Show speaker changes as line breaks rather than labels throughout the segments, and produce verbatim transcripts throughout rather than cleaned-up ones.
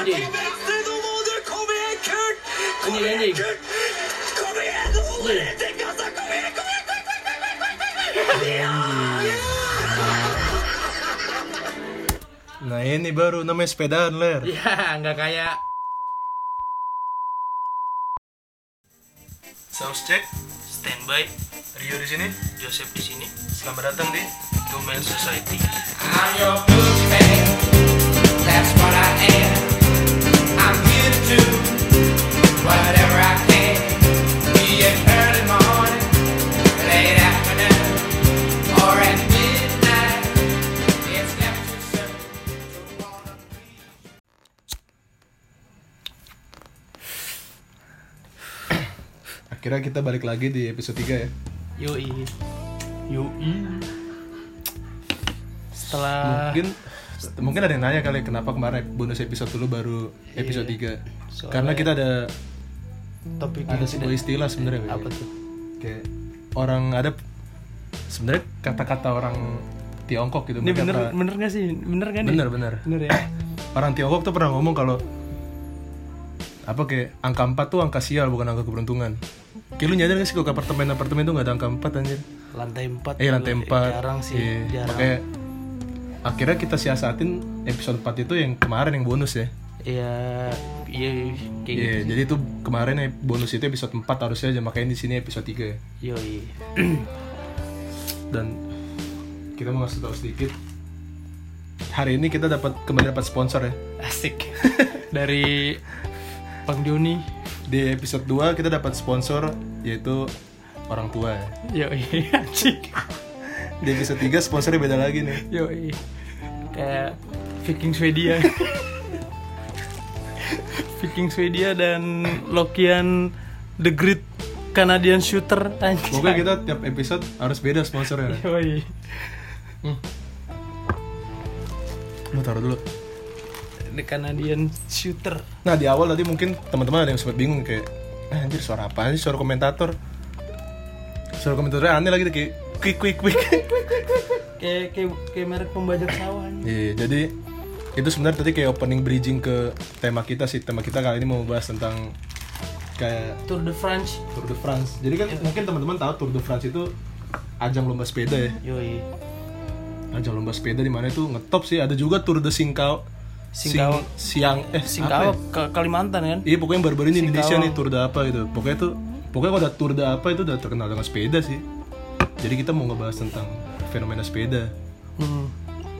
anjing. Anjing anjing.
Nah ini baru namanya sepedaan ler.
Ya nggak kayak.
Sound check.
Standby.
Rio di sini.
Joseph di sini.
Selamat datang di
Domain Society.
I'm your blues fan, that's what I am. I'm here to do whatever I can. Be it early morning, late afternoon, or at midnight. It's never too soon to wanna be.
Akhirnya kita balik lagi di episode tiga ya.
Yoi. Yoi. Setelah
Mungkin mungkin ada yang nanya kali kenapa kemarin bonus episode dulu baru episode tiga.
Soalnya
Karena kita ada
topik
ada
yang
sebuah
tidak-
istilah sebenarnya. Be.
Apa tuh?
Kayak orang ada sebenarnya kata-kata orang Tiongkok gitu.
Ini bener
berkata-
bener nggak sih? Bener kan?
bener bener.
Bener ya.
Orang Tiongkok tuh pernah ngomong kalau apa kayak angka empat tuh angka sial bukan angka keberuntungan. Kayak lu nyadar gak sih kalau apartemen-apartemen tuh gak ada angka empat anjir.
Lantai empat.
Eh lantai empat.
Jarang sih.
Iya.
Jarang.
Makanya akhirnya kita siasatin episode empat itu yang kemarin yang bonus ya.
Iya. Iya. Kayak
Iya,
gitu.
jadi itu kemarin ya, bonus itu episode empat harusnya aja, makanya di sini episode tiga ya.
Yoi.
Dan kita mau ngasih tahu sedikit. Hari ini kita dapat kembali dapat sponsor ya.
Asik. Dari Bang Joni.
Di episode dua kita dapat sponsor yaitu orang tua ya.
Yoi. Anjing.
Di episode tiga sponsornya beda lagi nih.
Yoi. Kayak Viking Swedia. Viking Swedia dan Lokian The Great Canadian Shooter. Anjing.
Pokoknya kita tiap episode harus beda sponsornya.
Yoi.
Lu taruh dulu.
The Canadian Shooter.
Nah di awal tadi mungkin teman-teman ada yang sempat bingung kayak, eh, anjir suara apa sih, suara komentator. Suara komentatornya aneh lagi kayak quick quick quick.
Kayak kayak kayak merek pembajak sawah.
Iya, jadi itu sebenarnya tadi kayak opening bridging ke tema kita sih. Tema kita kali ini mau bahas tentang kayak
Tour de France.
Tour de France. Jadi kan mungkin teman-teman tahu Tour de France itu ajang lomba sepeda ya.
Yoi.
Ajang lomba sepeda di mana itu ngetop sih. Ada juga Tour de Singkau.
Singkawang.
Sing, siang eh
Singkawang
apa ya?
ke Kalimantan kan?
Iya pokoknya baru-baru ini Indonesia
Singkawang.
nih Tour de apa gitu. Pokoknya tuh pokoknya kalau udah Tour de apa itu udah terkenal dengan sepeda sih. Jadi kita mau ngebahas tentang fenomena sepeda.
Hmm.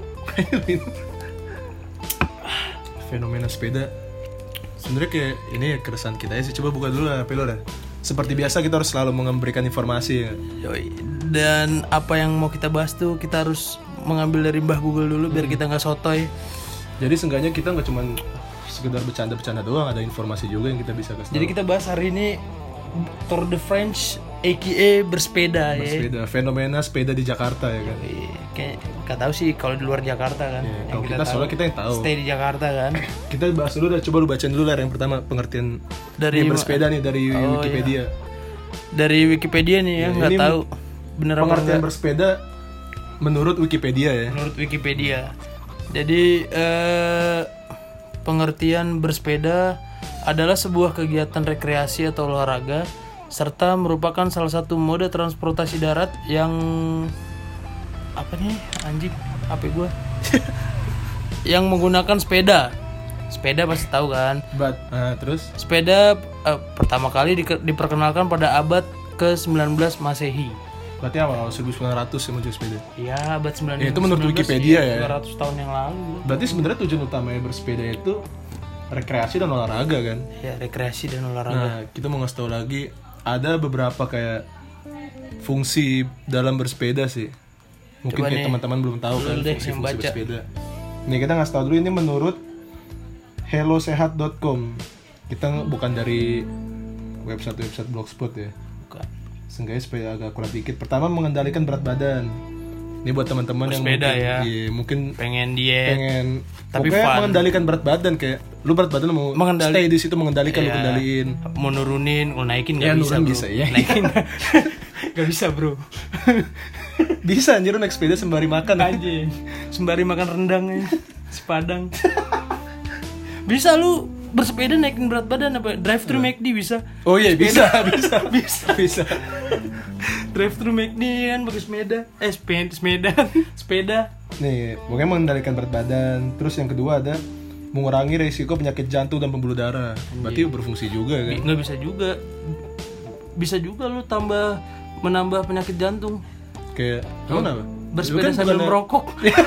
Fenomena sepeda. Sebenarnya kayak ini ya keresahan kita ya sih. Coba buka dulu lah H P lo dah. Seperti biasa kita harus selalu memberikan informasi ya.
Yoi. Dan apa yang mau kita bahas tuh kita harus mengambil dari Mbah Google dulu biar kita nggak sotoy.
Jadi seenggaknya kita nggak cuma sekedar bercanda-bercanda doang, ada informasi juga yang kita bisa kasih.
Jadi
tahu.
kita bahas hari ini Tour de France A K A bersepeda, ya.
Bersepeda, fenomena sepeda di Jakarta ya kan.
Yoi. Kayak nggak tahu sih kalau di luar Jakarta kan.
Iya,
Yang
kalau kita
tahu,
soalnya kita yang tahu.
Stay di Jakarta kan.
Kita bahas dulu dah, coba lu bacain dulu lah yang pertama pengertian
Dari
ini bersepeda nih dari
Oh,
Wikipedia.
Dari Wikipedia nih ya,
Ya,
nggak
ini
tahu bener apa
Pengertian
enggak.
bersepeda menurut Wikipedia ya.
Menurut Wikipedia. Jadi eh, pengertian bersepeda adalah sebuah kegiatan rekreasi atau olahraga serta merupakan salah satu mode transportasi darat yang apa nih anjing H P gua yang menggunakan sepeda. Sepeda pasti tahu kan?
But, nah, terus
Sepeda eh, pertama kali di- diperkenalkan pada abad ke sembilan belas Masehi.
berarti awal seribu sembilan ratus ya muncul sepeda.
Ya, abad sembilan belas.
Ya, itu menurut Wikipedia ya.
sembilan ratus tahun yang lalu.
Berarti sebenarnya tujuan utamanya bersepeda itu rekreasi dan olahraga kan.
Ya, rekreasi dan olahraga.
Nah, kita mau ngasih tahu lagi ada beberapa kayak fungsi dalam bersepeda sih. Mungkin
Coba
kayak
nih,
teman-teman belum tahu kan
lu deh yang
fungsi-fungsi
baca.
bersepeda. Nih kita ngasih tahu dulu ini menurut hellosehat dot com. Kita nge- bukan dari website-website blogspot ya.
Bukan.
Seenggaknya supaya agak akurat dikit. Pertama mengendalikan berat badan. Ini buat teman-teman yang
Bersepeda
mungkin,
ya.
iya, mungkin
Pengen diet.
pengen
Tapi
pokoknya
fun.
mengendalikan berat badan kayak lu berat badan mau
Mengendali-
stay di situ mengendalikan lu
Iya.
kendaliin.
Mau nurunin, mau naikin
Ya,
nggak bisa,
nurunin
bro.
bisa, ya.
Naikin nggak bisa, bro.
Bisa anjir lu naik sepeda sembari makan.
Anjing. Sembari makan rendang ya. Si Padang. Bisa lu bersepeda naikin berat badan apa? Drive thru McD bisa.
Oh iya bisa, bisa, bisa, bisa.
Drive thru McD kan pakai sepeda. Eh sepeda, sepeda, sepeda.
Nih, pokoknya mengendalikan berat badan. Terus yang kedua ada mengurangi resiko penyakit jantung dan pembuluh darah. Berarti berfungsi juga kan?
Nggak bisa juga. Bisa juga lu tambah menambah penyakit jantung.
Kayak kamu kenapa?
Bersepeda
Lu kan
sambil
bukannya-
merokok.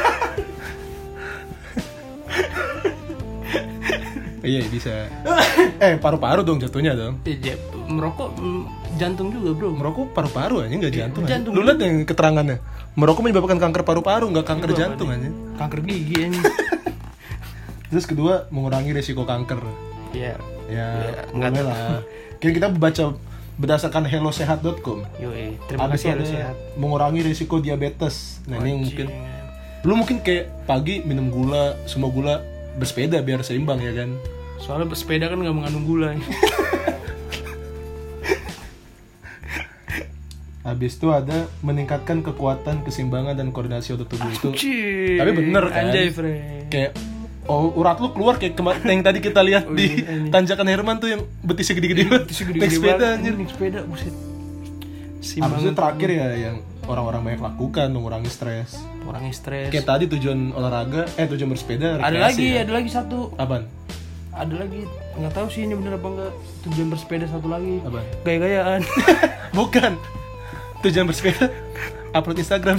Iya bisa. Eh paru-paru dong jatuhnya dong.
Eh, ja- merokok mm, jantung juga bro.
Merokok paru-paru aja nggak jantung. aja.
jantung.
Lu lihat yang keterangannya. Merokok menyebabkan kanker paru-paru, nggak kanker
Itu apa
jantung
nih?
aja.
Kanker gigi ini.
Terus kedua mengurangi resiko kanker.
Ya.
Ya,
Ya,
boleh
nggak-
lah. Kira kita baca berdasarkan hello sehat dot com.
Yo, eh, terima
Habis
kasih
ada
lu sehat.
mengurangi risiko diabetes. Nah, ini mungkin
Anjing.
lu mungkin kayak pagi minum gula, semua gula, bersepeda biar seimbang ya kan.
Soalnya bersepeda kan nggak mengandung gula.
Habis itu ada meningkatkan kekuatan, keseimbangan dan koordinasi otot tubuh itu.
Anjing.
Tapi bener kan?
Anjay, Fred.
Kayak oh, urat lu keluar kayak kema- yang tadi kita lihat
Oh,
di
iya, ini.
tanjakan Herman tuh yang betisnya gede-gede banget.
Itu
Naik
gede-gede
sepeda
banget.
anjir.
Naik sepeda, buset.
Habis
Simbang
itu terakhir ya yang orang-orang banyak lakukan mengurangi stres.
kurangi stres.
Kayak tadi tujuan olahraga, eh tujuan bersepeda
Ada
rekreasi
lagi,
ya.
ada lagi satu.
Apaan?
Ada lagi, nggak tahu sih ini bener apa enggak. Tujuan bersepeda satu lagi.
Apaan?
Gaya-gayaan.
Bukan. Tujuan bersepeda upload Instagram.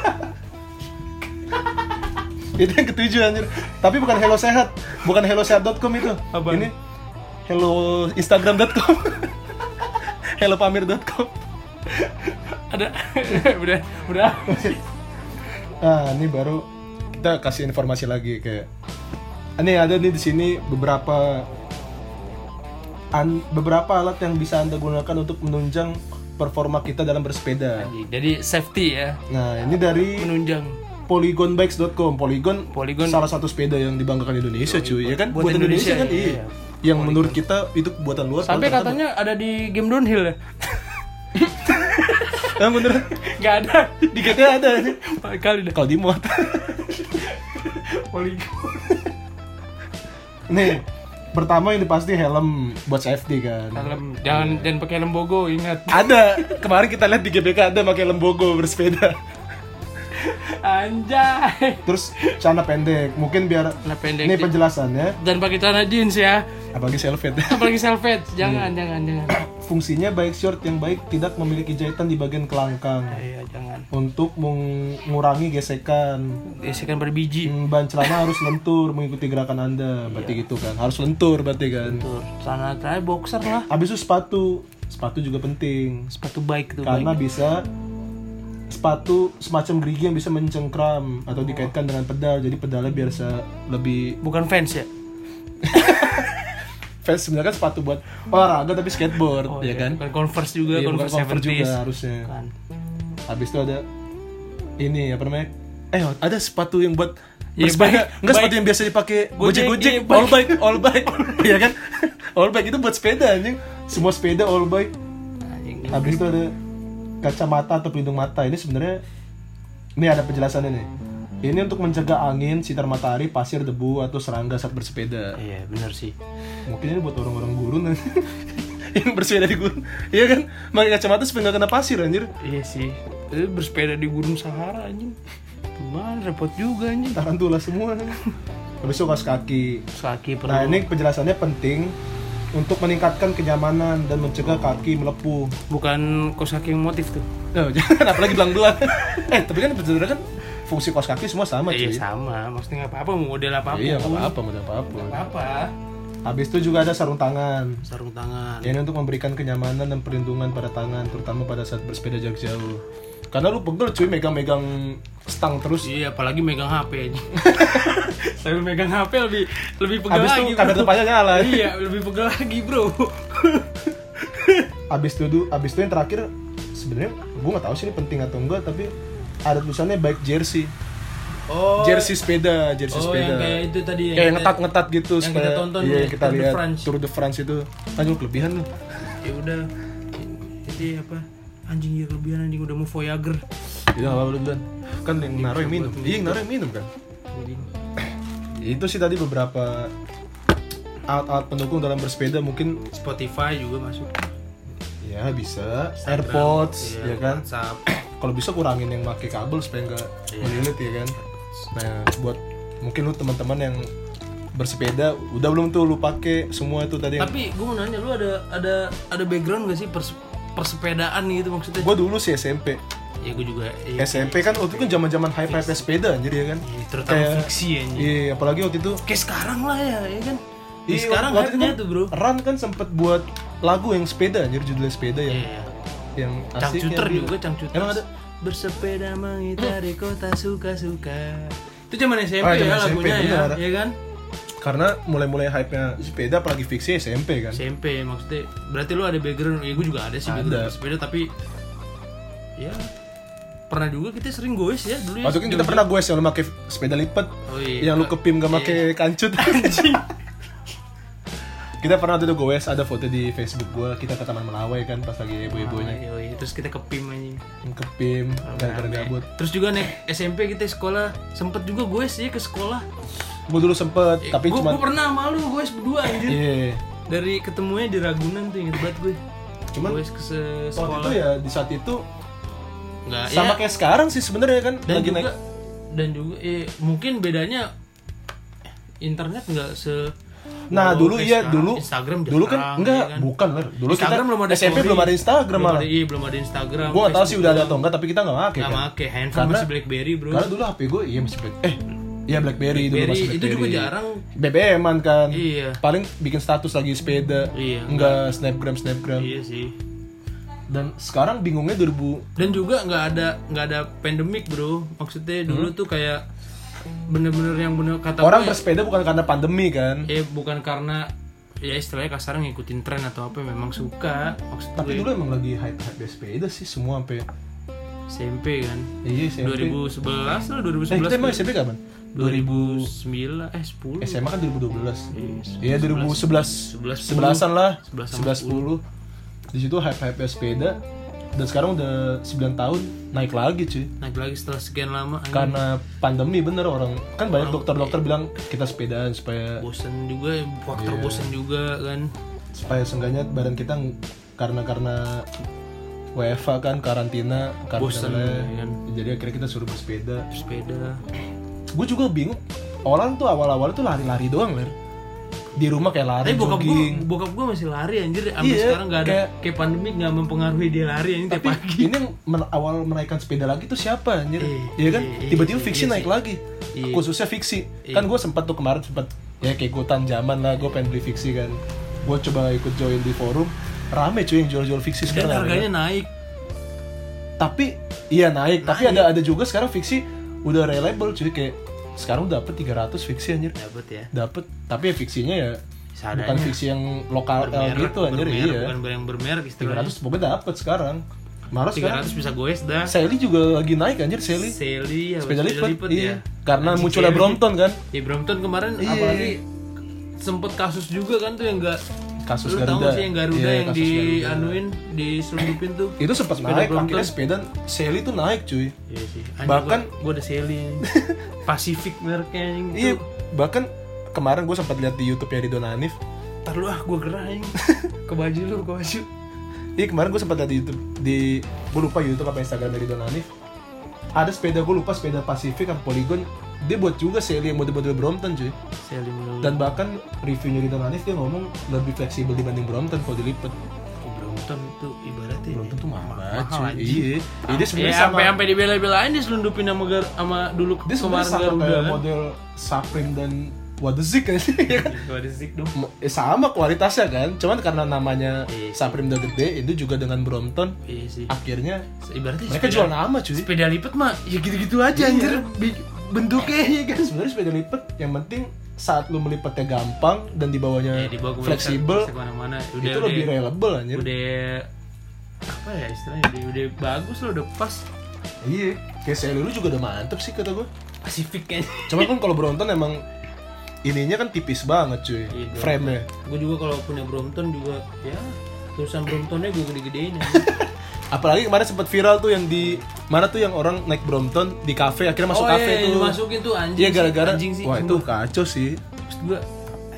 Itu yang ketujuh anjir. Tapi bukan Hello Sehat, bukan hello sehat dot com itu.
Apaan?
Ini hello instagram dot com. hello pamir dot com.
Ada. udah, udah.
Ah, ini baru kita kasih informasi lagi kayak ini ada nih di sini beberapa an, beberapa alat yang bisa Anda gunakan untuk menunjang performa kita dalam bersepeda.
Jadi safety ya,
Nah, ini dari
menunjang.
polygon bikes dot com. Polygon,
Polygon.
salah satu sepeda yang dibanggakan Indonesia, cuy. Ya kan?
Buatan
Buatan Indonesia,
Indonesia,
kan? Iya.
iya.
Yang menurut kita itu buatan luar.
Sampai
padahal
katanya ada di game downhill ya.
ternyata- Eh, beneran.
Gak ada.
Di G T A ada aja.
Kali dah.
Kalau di mod.
Polygon.
Nih, pertama ini pasti helm buat safety kan.
Helm, jangan jangan pakai helm bogo, ingat.
Ada. Kemarin kita lihat di G B K ada pakai lembogo bersepeda.
Anjay.
Terus celana pendek. Mungkin biar
Celana pendek.
ini penjelasannya.
Dan pakai celana jeans ya.
Apalagi selvet.
Apalagi selvet. Jangan, jangan, jangan.
Fungsinya baik short yang baik tidak memiliki jahitan di bagian kelangkang.
Iya, jangan.
Untuk mengurangi gesekan.
Gesekan pada biji.
Hmm, ban celana harus lentur mengikuti gerakan Anda. Berarti gitu kan. Harus lentur berarti kan.
Tuh, celana terakhir boxer lah.
Habis itu sepatu. Sepatu juga penting.
Sepatu bike tuh.
Karena
bike.
bisa sepatu semacam gerigi yang bisa mencengkram atau dikaitkan dengan pedal. Jadi pedalnya biar se- lebih
Bukan fans ya?
fans sebenarnya kan sepatu buat olahraga tapi skateboard,
Oh,
ya
iya.
kan?
Bukan Converse juga,
Iya, bukan
Converse
Converse juga
tujuh puluh.
harusnya.
Kan.
Habis itu ada ini apa namanya? Eh, ada sepatu yang buat
Iya,
bersepeda.
bike,
Enggak
bike.
sepatu yang biasa dipakai
Gojek,
Gojek-Gojek,
iya, bike.
all bike, all bike. Iya kan? All bike itu buat sepeda anjing. Semua sepeda all bike.
Anjing.
Habis itu ada kacamata atau pelindung mata. Ini sebenarnya ini ada penjelasannya nih. Ini untuk mencegah angin, sinar matahari, pasir, debu atau serangga saat bersepeda.
Iya, benar sih.
Mungkin ini buat orang-orang gurun yang bersepeda di gurun. Iya kan? Pakai kacamata supaya nggak kena pasir anjir.
Iya sih. Tapi bersepeda di gurun Sahara anjing. Gimana repot juga anjing.
Tarantula semua. Habis itu kaos kaki.
Kaki perlu.
Nah, ini penjelasannya penting untuk meningkatkan kenyamanan dan mencegah kaki melepuh.
Bukan kaos kaki yang motif tuh.
Oh, jangan apalagi belang-belang. eh, tapi kan sebenarnya kan fungsi kaos kaki semua sama,
Iya
cuy.
sama, maksudnya nggak apa-apa mau model apapun.
Iya, nggak apa-apa, model apapun.
Nggak apa.
Habis itu juga ada sarung tangan.
Sarung tangan.
Ini untuk memberikan kenyamanan dan perlindungan pada tangan, terutama pada saat bersepeda jarak jauh. Karena lu pegel cuy megang-megang stang terus.
Iya, apalagi megang H P aja. Sambil megang H P lebih lebih pegel
Habis
lagi.
itu kamera
bro.
depannya nyala.
Iya, lebih pegel lagi, Bro.
Habis itu habis itu yang terakhir sebenarnya gue nggak tahu sih ini penting atau enggak, tapi ada tulisannya bike jersey.
Oh.
Jersey sepeda, jersey
Oh,
sepeda.
yang kayak itu tadi yang
Kayak
kita-
ngetat-ngetat gitu
yang
supaya
kita tonton
iya,
ya,
yang kita
Tour de
lihat
France.
Tour de France itu. Anjing lu kelebihan lu.
Ya udah. Jadi apa? Anjing ya kelebihan anjing udah mau Voyager.
Itu enggak apa-apa lu duluan. Kan yang naruh yang minum. Iya, yang naruh yang minum kan. Itu sih tadi beberapa alat-alat pendukung dalam bersepeda mungkin
Spotify juga masuk.
ya bisa,
Instagram,
AirPods
iya,
ya kan.
WhatsApp.
Kalau bisa kurangin yang pakai kabel supaya nggak
Iya.
melilit ya kan. Nah buat mungkin lu teman-teman yang bersepeda udah belum tuh lu pakai semua itu tadi yang
Tapi gue mau nanya, lu ada ada ada background gak sih pers- persepedaan gitu maksudnya?
gue dulu sih S M P.
Ya gue juga. Iya,
S M P kan waktu itu kan zaman-zaman hype-hype sepeda anjir ya kan.
iya, terutama
Kayak-
fiksi ya. anjing.
Iya, apalagi waktu itu
Kayak sekarang lah ya, ya kan? Di
Iya,
sekarang
waktu itu
hype-nya
kan
tuh bro.
Ran kan sempet buat lagu yang sepeda anjir, judulnya sepeda yang
Iya.
yang asik
Cangcuter
ya,
juga, cangcuter.
Emang ada?
Bersepeda mengitari kota suka-suka. Itu zaman S M P
Oh,
ya
zaman S M P,
lagunya ya,
benar.
ya kan?
Karena mulai-mulai hype-nya sepeda apalagi fiksi S M P kan.
S M P maksudnya. Berarti lu ada background, ya gue juga ada sih background
Ada.
bersepeda tapi ya pernah juga kita sering goes ya dulu ya.
Waktu itu kita pernah gue yang lu pakai sepeda lipat,
Oh iya.
yang lu kepim gak
Iya.
pakai kancut. Kita pernah waktu itu gue ada foto di Facebook gue, kita ke Taman Melawai kan pas lagi ibu-ibunya
Oh, iya, terus kita kepim anjing.
kepim gara-gara
Rame.
gabut.
Terus juga naik S M P kita sekolah sempet juga goes ya ke sekolah.
Gue dulu sempet, tapi
gue
cuma
pernah malu goes berdua anjir.
iya.
Dari ketemunya di Ragunan tuh inget banget gue.
Cuman
goes ke se-
Waktu
sekolah.
itu ya di saat itu
Nggak,
sama
ya,
kayak sekarang sih sebenarnya kan
dan
lagi
juga
naik.
dan juga eh, mungkin bedanya internet nggak se
Nah
Oh,
dulu
kayak
iya
sekarang.
dulu
Instagram
dulu kan
jarang,
enggak
ya kan?
bukan Ler. Dulu
Instagram
kita
belum ada
S M P
story.
belum ada Instagram
belum
malah.
ada, iya belum ada Instagram.
Gue gak tahu sih
Facebook
udah ada
belum.
atau enggak tapi kita nggak pakai
Nggak
kan.
make, handphone
Karena-
masih BlackBerry bro.
Karena dulu H P gue iya masih Black eh iya BlackBerry, dulu
BlackBerry,
masih
itu
BlackBerry.
juga jarang.
B B M-an kan.
Iya.
Paling bikin status lagi sepeda.
Iya,
Enggak snapgram snapgram.
Iya sih.
Dan sekarang bingungnya dua ribu
Dan juga nggak ada nggak ada pandemik bro. Maksudnya dulu tuh kayak bener-bener yang bener kata
orang
gue,
bersepeda bukan karena pandemi kan.
eh bukan karena ya istilahnya kasar ngikutin tren atau apa, memang suka. Maksud
Tapi
gue
dulu emang lagi hype-hype sepeda sih semua sampai
S M P kan.
iya S M P.
dua ribu sebelas lah, dua ribu
Eh,
sebelas.
kita emang S M P kapan?
dua ribu sembilan eh sepuluh.
S M A kan dua ribu dua belas.
Iya,
Iya dua ribu sebelas.
sebelas,
Sebelasan lah.
sebelas sama
Sebelas sepuluh. Di situ hype-hype sepeda. Dan sekarang udah sembilan tahun naik lagi cuy.
naik lagi setelah sekian lama. anjing.
Karena pandemi bener orang kan banyak
Orang-
dokter-dokter bilang kita sepedaan supaya
bosen juga, faktor
Iya.
bosen juga kan.
supaya seenggaknya badan kita ng- karena karena W F A kan karantina
Bosen,
karantina
ya kan.
jadi akhirnya kita suruh bersepeda.
Sepeda.
Gue juga bingung orang tuh awal-awal tuh lari-lari doang ler di rumah kayak lari
Tapi bokap gue,
jogging.
bokap gue masih lari anjir. Sampai
Iya,
sekarang nggak ada
kayak-
kayak, pandemi nggak mempengaruhi dia lari anjing tiap
Tapi
pagi.
ini yang men- awal menaikkan sepeda lagi tuh siapa anjir?
Iya,
Iya kan?
iya,
Tiba-tiba
iya,
fiksi
iya
naik
sih.
lagi.
Iya.
Khususnya fiksi.
Iya.
Kan gue sempat tuh kemarin sempat ya kayak ikutan zaman lah gue pengen beli fiksi kan. Gue coba ikut join di forum. Rame cuy yang jual-jual fiksi
Dan
sekarang.
harganya naik.
Tapi iya naik, tapi
Naik.
ada ada juga sekarang fiksi udah reliable cuy kayak sekarang dapet tiga ratus fiksi anjir.
Dapat ya.
Dapet, tapi ya fiksinya ya
Seadanya.
bukan fiksi yang lokal
Bermerek,
gitu anjir
bermerek,
iya.
bukan yang bermerek
tiga
istilahnya.
ratus pokoknya dapet sekarang. Malah
tiga
sekarang
ratus bisa goes dah.
Sally juga lagi naik anjir Sally.
Sally ya,
Sepeda lipat, iya.
ya.
Karena
Anjing,
munculnya
Sally.
Brompton kan.
Ya Brompton kemarin
Iya.
apalagi sempet kasus juga kan tuh yang enggak,
Kasus
lu tahu
Garuda.
nggak sih yang Garuda
Iya,
yang
kasus
di
Garuda.
anuin diselundupin tuh.
Itu sempat
Sepeda
naik,
Brompton.
akhirnya sepeda Sally tuh naik cuy.
Iya sih.
Bahkan-
gua, gua ada Sally. Pacific mereknya yang
Iya,
itu.
bahkan kemarin gue sempat lihat di YouTube-nya Ridho Hanif.
Ntar lu ah gua gerah anjing. Ke baju lu, ke baju.
Iya kemarin gue sempat lihat di YouTube di gue lupa YouTube apa Instagram dari Ridho Hanif. Ada sepeda gue lupa sepeda Pacific apa Polygon. Dia buat juga Sally yang model-model Brompton cuy.
Sally model.
Dan bahkan reviewnya Ridho Hanif dia ngomong lebih fleksibel dibanding Brompton kalau dilipet.
Brompton itu ibaratnya
Brompton tuh mahal banget
mahal,
cuy.
anjing.
Iya. Iya dia
Ya
sebenarnya sama.
sampai sampai dibela-belain diselundupin sama gar, sama dulu
Dia sebenarnya
kemarin
sama
Garuda
kayak
kan.
model Supreme dan What the Zik kan sih.
Gua ada zik dong.
Mo- eh, sama kualitasnya kan, cuman karena namanya
Iya.
Supreme udah gede, itu juga dengan Brompton,
Iya sih.
akhirnya
Ibaratnya
mereka
sepeda-
jual nama cuy.
sepeda lipat mah ya gitu-gitu aja
Iya.
anjir. Bi- bentuknya ya kan.
Sebenarnya sepeda lipat, yang penting saat lu melipatnya gampang dan di bawahnya
Ya, dibawa ke
fleksibel,
bisa kemana-mana. Udah,
itu
udah,
lebih reliable anjir.
udah apa ya istilahnya udah, udah bagus loh, udah pas.
Iya, kayak Sally lu juga udah mantep sih kata gue.
Pacific kayaknya.
Cuman kan kalau Brompton emang ininya kan tipis banget cuy,
Iya, Brompton.
frame-nya.
Gue juga kalau punya Brompton juga ya tulisan Bromptonnya gue gede-gedein aja.
Apalagi kemarin sempat viral tuh yang di mana tuh yang orang naik Brompton di kafe akhirnya masuk
oh,
kafe
iya,
tuh.
dimasukin tuh anjing.
Iya
sih,
gara-gara
anjing sih.
wah itu kacau sih.
Maksud gue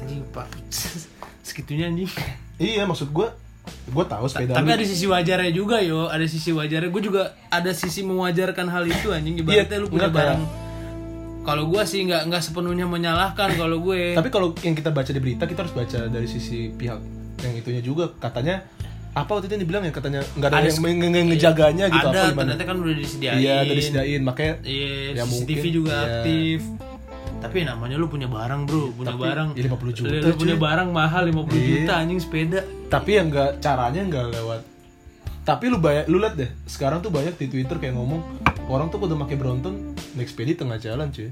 anjing pak. Segitunya anjing.
Iya, maksud gue gue tahu sepeda
Tapi
lu-
ada sisi wajarnya juga yo, ada sisi wajarnya. Gue juga ada sisi mewajarkan hal itu anjing. Ibaratnya
Iya,
lu punya
enggak,
barang. Kalau gue sih nggak nggak sepenuhnya menyalahkan kalau gue.
Tapi kalau yang kita baca di berita, kita harus baca dari sisi pihak yang itunya juga. Katanya apa waktu itu yang dibilang ya, katanya nggak ada,
Ada
yang
sk-
nge- nge- ngejaganya gitu.
ada,
apa gimana?
ternyata kan udah disediain.
Iya, udah disediain, makanya
Iya,
ya
C C T V
mungkin,
juga
iya.
aktif. Tapi namanya lu punya barang bro, punya
Tapi
barang.
ya lima puluh juta,
Lu, lu punya
cuy.
barang mahal lima puluh
Iya.
juta anjing sepeda.
tapi yang nggak, caranya nggak lewat. Tapi lu banyak, lu liat deh, sekarang tuh banyak di Twitter kayak ngomong orang tuh udah pakai Brompton naik sepeda di tengah jalan cuy.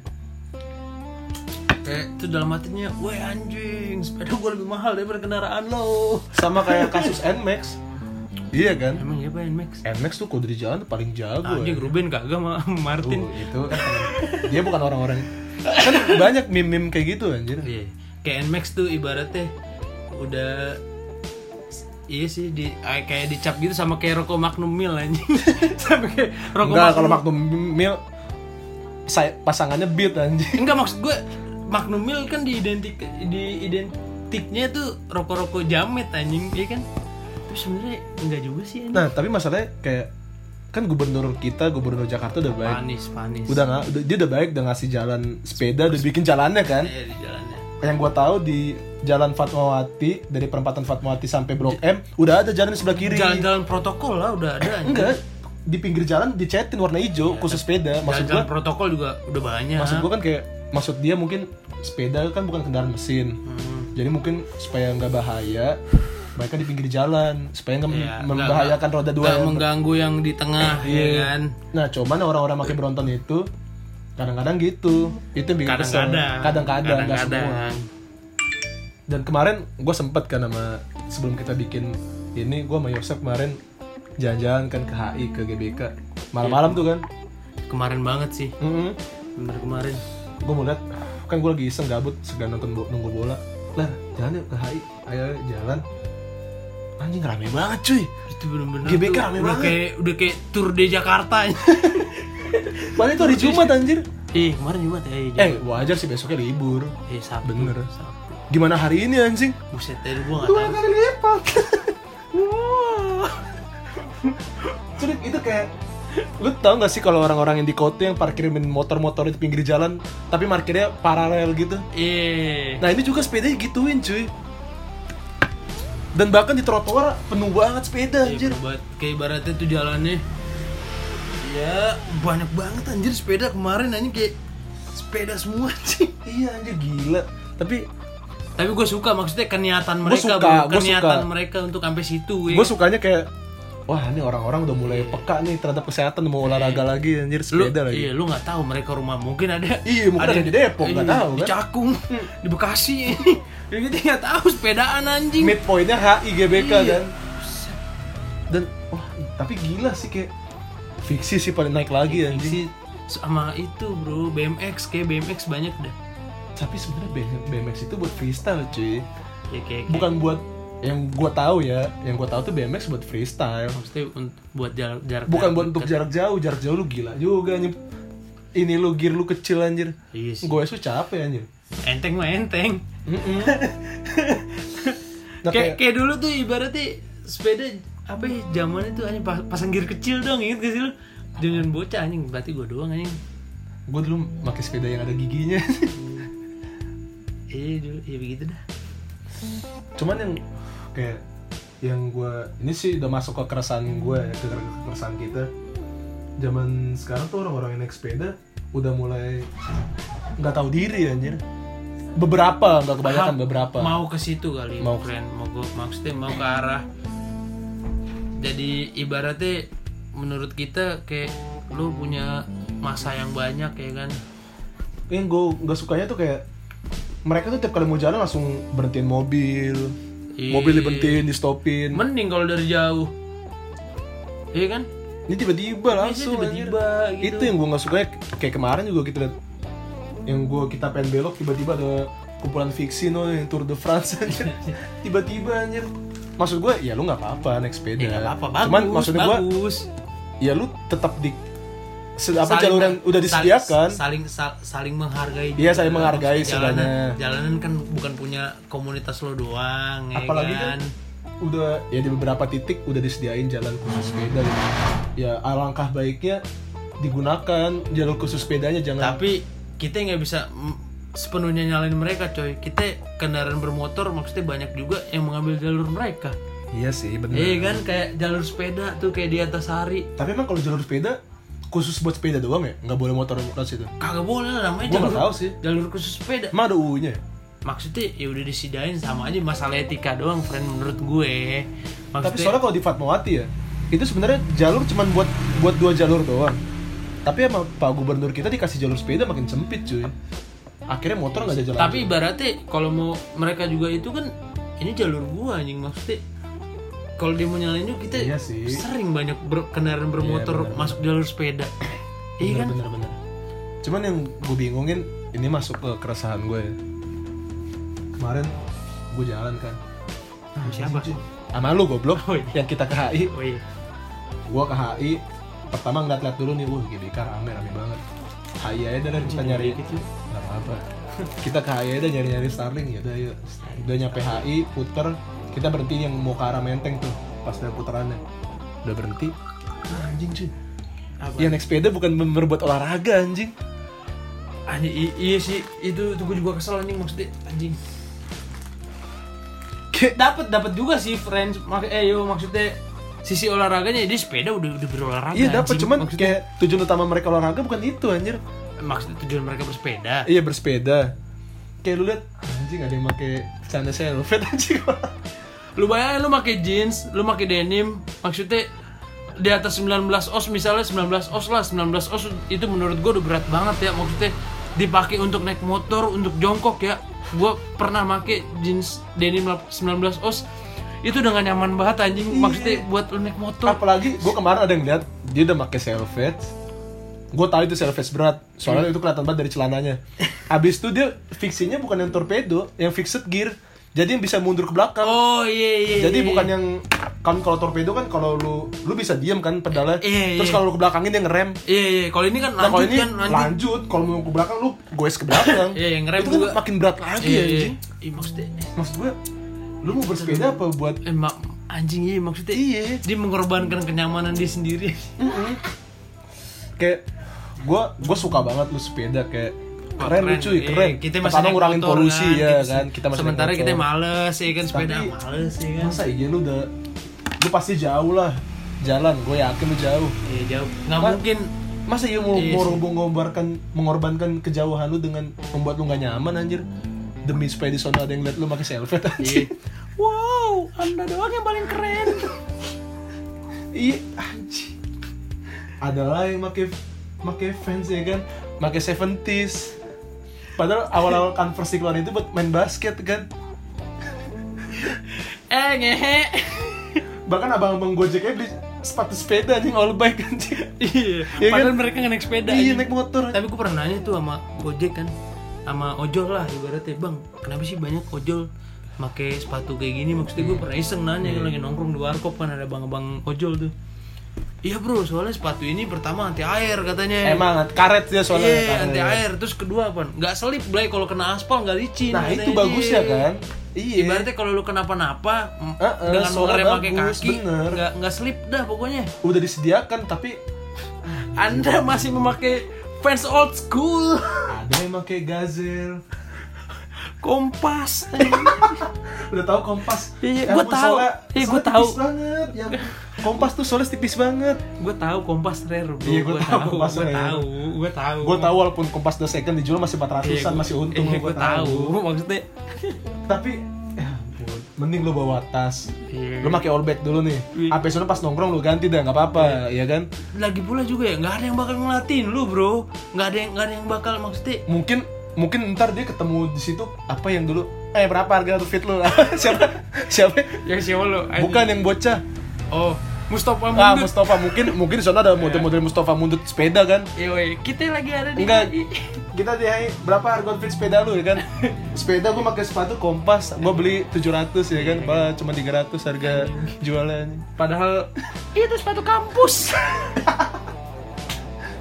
Kayak itu dalam hatinya, weh anjing, sepeda gua lebih mahal daripada kendaraan lo.
Sama kayak kasus N-Max. Iya kan?
Emang iya Pak Nmax?
N-Max tuh kalau dari jalan tuh paling jago.
Anjing
ya.
Ruben kagak sama Martin.
Tuh, itu kan dia bukan orang-orang. Kan banyak meme-meme kayak gitu anjir.
Iya. Kayak Nmax tuh ibaratnya udah iya sih di ay- kayak dicap gitu sama kayak rokok Magnum Mil anjing. Sampai kayak rokok
Enggak, kalau Magnum Mil saya pasangannya Beat anjing.
Enggak maksud gue Magnum Mil kan diidentik di identiknya tuh rokok-rokok jamet anjing, iya kan? Tapi sebenarnya enggak juga sih anjing.
Nah, tapi masalahnya kayak kan gubernur kita, gubernur Jakarta udah baik.
Panis, panis.
Udah nggak, udah, dia udah baik, udah ngasih jalan sepeda, udah bikin jalannya kan.
Iya di jalannya.
Yang gua tahu di Jalan Fatmawati, dari perempatan Fatmawati sampai Blok M, udah ada jalan di sebelah kiri.
Jalan-jalan protokol lah udah ada anjing.
Enggak, di pinggir jalan dicetin warna hijau khusus sepeda. Maksud gua,
Jalan-jalan protokol juga udah banyak.
maksud gua kan kayak, maksud dia mungkin sepeda kan bukan kendaraan mesin.
Hmm.
Jadi mungkin supaya nggak bahaya, mereka di pinggir jalan supaya nggak
Iya,
mem- membahayakan roda dua.
Nggak
yang-
mengganggu yang di tengah,
Iya.
ya kan?
Nah, cuman orang-orang pakai Brompton itu kadang-kadang gitu. Itu yang bikin kesel.
Kadang-kadang.
Kadang-kadang, nggak semua.
Kadang-kadang.
Dan kemarin gue sempet kan sama sebelum kita bikin ini, gue sama Yosef kemarin jalan-jalan kan ke H I, ke G B K malam-malam tuh kan.
Kemarin banget sih.
Mm-hmm.
Bener kemarin.
Gue mau lihat, kan gue lagi iseng gabut, segan nonton bo- nunggu bola. Lah, jalan yuk ke H I, ayo jalan. Anjing rame banget cuy.
Itu bener-bener
G B K
tuh
rame
udah
banget.
kayak udah kayak tour de Jakarta.
Padahal itu hari Jumat anjir.
Ih, kemarin Jumat ya. Iya,
Eh, wajar sih besoknya libur.
eh Sabtu.
bener.
Sabtu.
Gimana hari ini anjing?
Buset, tadi gua enggak
Dua
tahu.
kali lipat. Jadi itu kayak, lu tau gak sih kalau orang-orang yang di kota yang parkirin motor-motor di pinggir jalan tapi parkirnya paralel gitu.
Iya.
Nah ini juga sepedanya gituin cuy. Dan bahkan di trotoar penuh banget sepeda anjir.
Iya, buat kayak ibaratnya tuh jalannya. Ya, banyak banget anjir sepeda kemarin anjing kayak sepeda semua sih.
Iya anjir gila. Tapi
Tapi gue suka maksudnya keniatan
Gua
mereka,
suka,
bro.
gua
Keniatan
suka.
mereka untuk sampai situ. Ya.
gue sukanya kayak, wah ini orang-orang udah mulai peka nih terhadap kesehatan, mau olahraga lagi anjir,
lu,
sepeda lagi.
iya, lu nggak tahu mereka rumah mungkin ada.
Iya, mungkin ada di Depok, nggak
iya,
tahu,
Di
kan?
Cakung, di Bekasi. Ya gitu nggak tahu sepedaan anjing.
Midpointnya H I G B K
Iya.
kan. Dan wah tapi gila sih kayak fiksi sih paling naik lagi anjing.
Si sama itu bro, B M X kayak B M X banyak dah.
Tapi sebenarnya B M X itu buat freestyle cuy.
Ya kayak,
Bukan buat yang gua tahu ya, yang gua tahu tuh B M X buat freestyle.
maksudnya untuk buat jarak jarak.
Bukan buat untuk jarak jauh, jarak jauh lu gila juga anjing. Ini lu gear lu kecil anjir.
Iya sih.
Gue tuh capek anjir.
Enteng mah enteng.
Mm-mm. Nah,
kayak kayak dulu tuh ibaratnya sepeda apa ya zamannya tuh anjing pas- pasang gear kecil dong, inget gak sih lu? Jangan bocah anjing, berarti gua doang anjing.
gue dulu pakai sepeda yang ada giginya.
Iya dulu, ya begitu dah.
Cuman yang kayak yang gue ini sih udah masuk ke keresahan gue ya, ke keresahan kita. Zaman sekarang tuh orang-orang yang naik sepeda udah mulai nggak tahu diri anjir. Beberapa, nggak kebanyakan,
Paham,
beberapa.
Mau ke situ kali,
Mau
mau keren, mau gua maksudnya mau ke arah. Jadi ibaratnya menurut kita kayak lu punya masa yang banyak ya kan.
Yang gue nggak sukanya tuh kayak mereka tuh tiap kali mau jalan langsung berhentiin mobil,
Iya.
mobil diberhentiin, di stopin.
Mending kalau dari jauh. Iya kan?
Ini tiba-tiba langsung
tiba-tiba
anjir.
gitu.
Itu yang gue nggak suka, kayak kemarin juga kita lihat yang gue kita pengen belok tiba-tiba ada kumpulan fiksi no yang Tour de France anjir. Tiba-tiba anjir. Maksud gue ya lu nggak apa-apa naik sepeda.
Ya nggak apa-apa, bagus.
Cuman maksudnya gue
bagus.
ya lu tetap di se- apa jalur yang udah disediakan.
saling saling, sal- saling menghargai
Iya,
juga.
saling menghargai
Maksudnya jalanan,
sebenarnya.
jalanan kan bukan punya komunitas lo doang ya
Apalagi
kan,
kan udah ya di beberapa titik udah disediain jalan khusus sepeda gitu. Ya alangkah baiknya digunakan jalur khusus sepedanya, jangan.
tapi kita nggak bisa mm, sepenuhnya nyalain mereka coy. Kita kendaraan bermotor maksudnya banyak juga yang mengambil jalur mereka.
Iya sih benar.
Iya kan, kayak jalur sepeda tuh kayak di atas hari.
Tapi emang kalau jalur sepeda khusus buat sepeda doang ya? Nggak boleh motor lewat situ?
Kagak boleh lah, namanya
Gua
jalur
nggak tahu sih.
jalur khusus sepeda.
Emang ada U U-nya?
Maksudnya ya udah disediain, sama aja masalah etika doang friend menurut gue. Maksudnya,
Tapi soalnya kalau di Fatmawati ya, itu sebenarnya jalur cuman buat buat dua jalur doang. Tapi sama Pak Gubernur kita dikasih jalur sepeda makin sempit cuy. Akhirnya motor nggak ada jalan.
tapi ibaratnya kalau mau mereka juga itu kan ini jalur gua anjing, maksudnya kalau dia mau nyalain juga kita
Iya sih.
sering banyak ber- kendaraan bermotor
Iya, bener.
masuk jalur sepeda. Iya kan?
Bener-bener. Cuman yang gue bingungin ini masuk ke keresahan gue. Ya. Kemarin gue jalan kan.
Sama siapa?
Sama lu goblok.
Oh, iya.
Yang kita ke H I.
Oh iya.
Gue ke H I. Pertama ngeliat-liat dulu nih, wah G B K rame rame banget. H I aja dan kita nyari
gitu.
nggak apa-apa. Kita ke H I aja nyari-nyari Starling ya udah yuk. Udah nyampe H I, puter. Kita berhenti yang mau ke arah Menteng tuh, pas dari putarannya. Udah berhenti. Ah, anjing cuy.
Apa?
Yang naik sepeda bukan bener buat olahraga anjing.
Anjing i- iya sih, itu itu gue juga kesel anjing, maksudnya anjing.
Kayak
Dapat dapat juga sih friends, mak eh yo maksudnya sisi olahraganya di sepeda udah udah berolahraga.
iya dapat,
anjing.
cuman
maksudnya,
kayak tujuan utama mereka olahraga bukan itu anjir.
maksudnya tujuan mereka bersepeda.
Iya bersepeda. Kayak lu lihat anjing ada yang pakai celana selvet anjing.
Lu bayangin lu pakai jeans, lu pakai denim, maksudnya di atas sembilan belas oz misalnya, sembilan belas oz lah, sembilan belas oz itu menurut gue udah berat banget ya, maksudnya dipakai untuk naik motor, untuk jongkok ya. Gue pernah pakai jeans denim sembilan belas oz, itu udah gak nyaman banget anjing, maksudnya buat lu naik motor.
Apalagi gue kemarin ada yang lihat dia udah pakai selvet. Gue tahu itu selvet berat, soalnya itu kelihatan banget dari celananya. Abis itu dia fixinya bukan yang torpedo, yang fixed gear. Jadi yang bisa mundur ke belakang.
Oh iya iya.
Jadi
iya.
bukan yang kan kalau torpedo kan kalau lu lu bisa diam kan pedalnya.
Iya, iya.
Terus kalau lu ke belakangin dia ngerem.
Iya iya, kalau ini kan
Nah, kalau
lanjut
ini
kan lanjut.
lanjut, kalau mau ke belakang lu goes ke belakang.
Iya, yang ngerem
itu kan
juga.
makin berat lagi
Iya, iya.
anjing.
Iya, maksudnya
Maksud gue lu mau bersepeda apa buat
eh, ma- anjing iya maksudnya.
Iya.
Dia mengorbankan kenyamanan dia sendiri.
kayak gue gue suka banget lu sepeda kayak
Wah,
keren, lu cuy,
Iya,
keren.
kita masih
Pertama
naik
ngurangin
motor,
polusi
kan.
ya
Kita-
kan. Kita masih
sementara
naik
kita
motor.
males ya kan, sepeda
Tapi,
males ya kan.
Masa iya lu udah lu pasti jauh lah jalan, gue yakin lu jauh.
Iya jauh. Nggak
Kan-
mungkin.
Masa iya mau
Iya
mau
sih.
mengorbankan mengorbankan kejauhan lu dengan membuat lu gak nyaman anjir. Demi supaya di sono ada yang lihat lu pakai selvet
Iya.
anjir.
Wow, Anda doang yang paling keren.
Iya anjir. Ada lah yang pakai pakai fans ya kan, pakai seventies. Padahal awal-awal Converse keluar itu buat main basket kan.
Eh ngehe.
Bahkan abang-abang Gojeknya beli sepatu sepeda anjing all bike anjing.
Iya.
Iya kan?
Padahal mereka nggak naik sepeda.
Iya
anjing.
naik motor.
Tapi gue pernah nanya tuh sama Gojek kan, sama ojol lah ibaratnya, bang kenapa sih banyak ojol pakai sepatu kayak gini, maksudnya gue pernah iseng nanya kan, lagi nongkrong di warkop kan ada bang-bang ojol tuh. Iya bro, soalnya sepatu ini pertama anti air katanya.
Emang karet dia soalnya.
Iya,
karet.
anti air. Terus kedua apa? Nggak selip, Blay, kalau kena aspal nggak licin.
Nah
katanya
itu bagus
dia.
ya kan. Iya.
Ibaratnya kalau lu kenapa-napa m-
Uh-uh,
dengan
soalnya
mengerem pakai
bagus,
kaki,
bener.
nggak nggak slip dah pokoknya.
Udah disediakan tapi
Anda masih memakai fans old school,
ada yang pakai Gazelle.
Kompas.
Udah tahu Kompas?
Iya,
Ya
gua
ampun,
tahu.
soalnya-
Iya, gua
soalnya
tahu.
tipis banget. Ya ampun. Kompas tuh soalnya tipis banget.
Gue tahu Kompas rare bro.
Iya, gua
Gua
tahu
tahu.
Kompas
Gue
rare.
tahu. Gue tahu.
Gue tahu walaupun Kompas the second dijual masih empat ratusan,
Iya, gua-
masih untung.
Iya,
gua
gue tahu. Maksudnya.
Tapi ya ampun, mending lu bawa tas.
Iya.
Lu pakai all black dulu nih.
Iya.
Apa sono pas nongkrong lu ganti dah, nggak apa-apa, ya kan?
Lagi pula juga ya, nggak ada yang bakal ngelatin lu bro. Nggak ada yang nggak ada yang bakal maksudnya.
Mungkin mungkin ntar dia ketemu di situ apa yang dulu eh berapa harga outfit lu? siapa siapa
Yang siapa lu?
bukan yang bocah.
Oh, Mustafa
Ah,
Mundut.
Mustafa mungkin mungkin di sana ada model-model Mustafa Mundut sepeda kan?
Iya, weh. Kita lagi ada di
Enggak, kita di berapa harga outfit sepeda lu ya kan? Sepeda gua pakai sepatu Kompas, gua beli tujuh ratus ya kan? Bah, cuma tiga ratus harga jualnya.
Padahal itu sepatu kampus.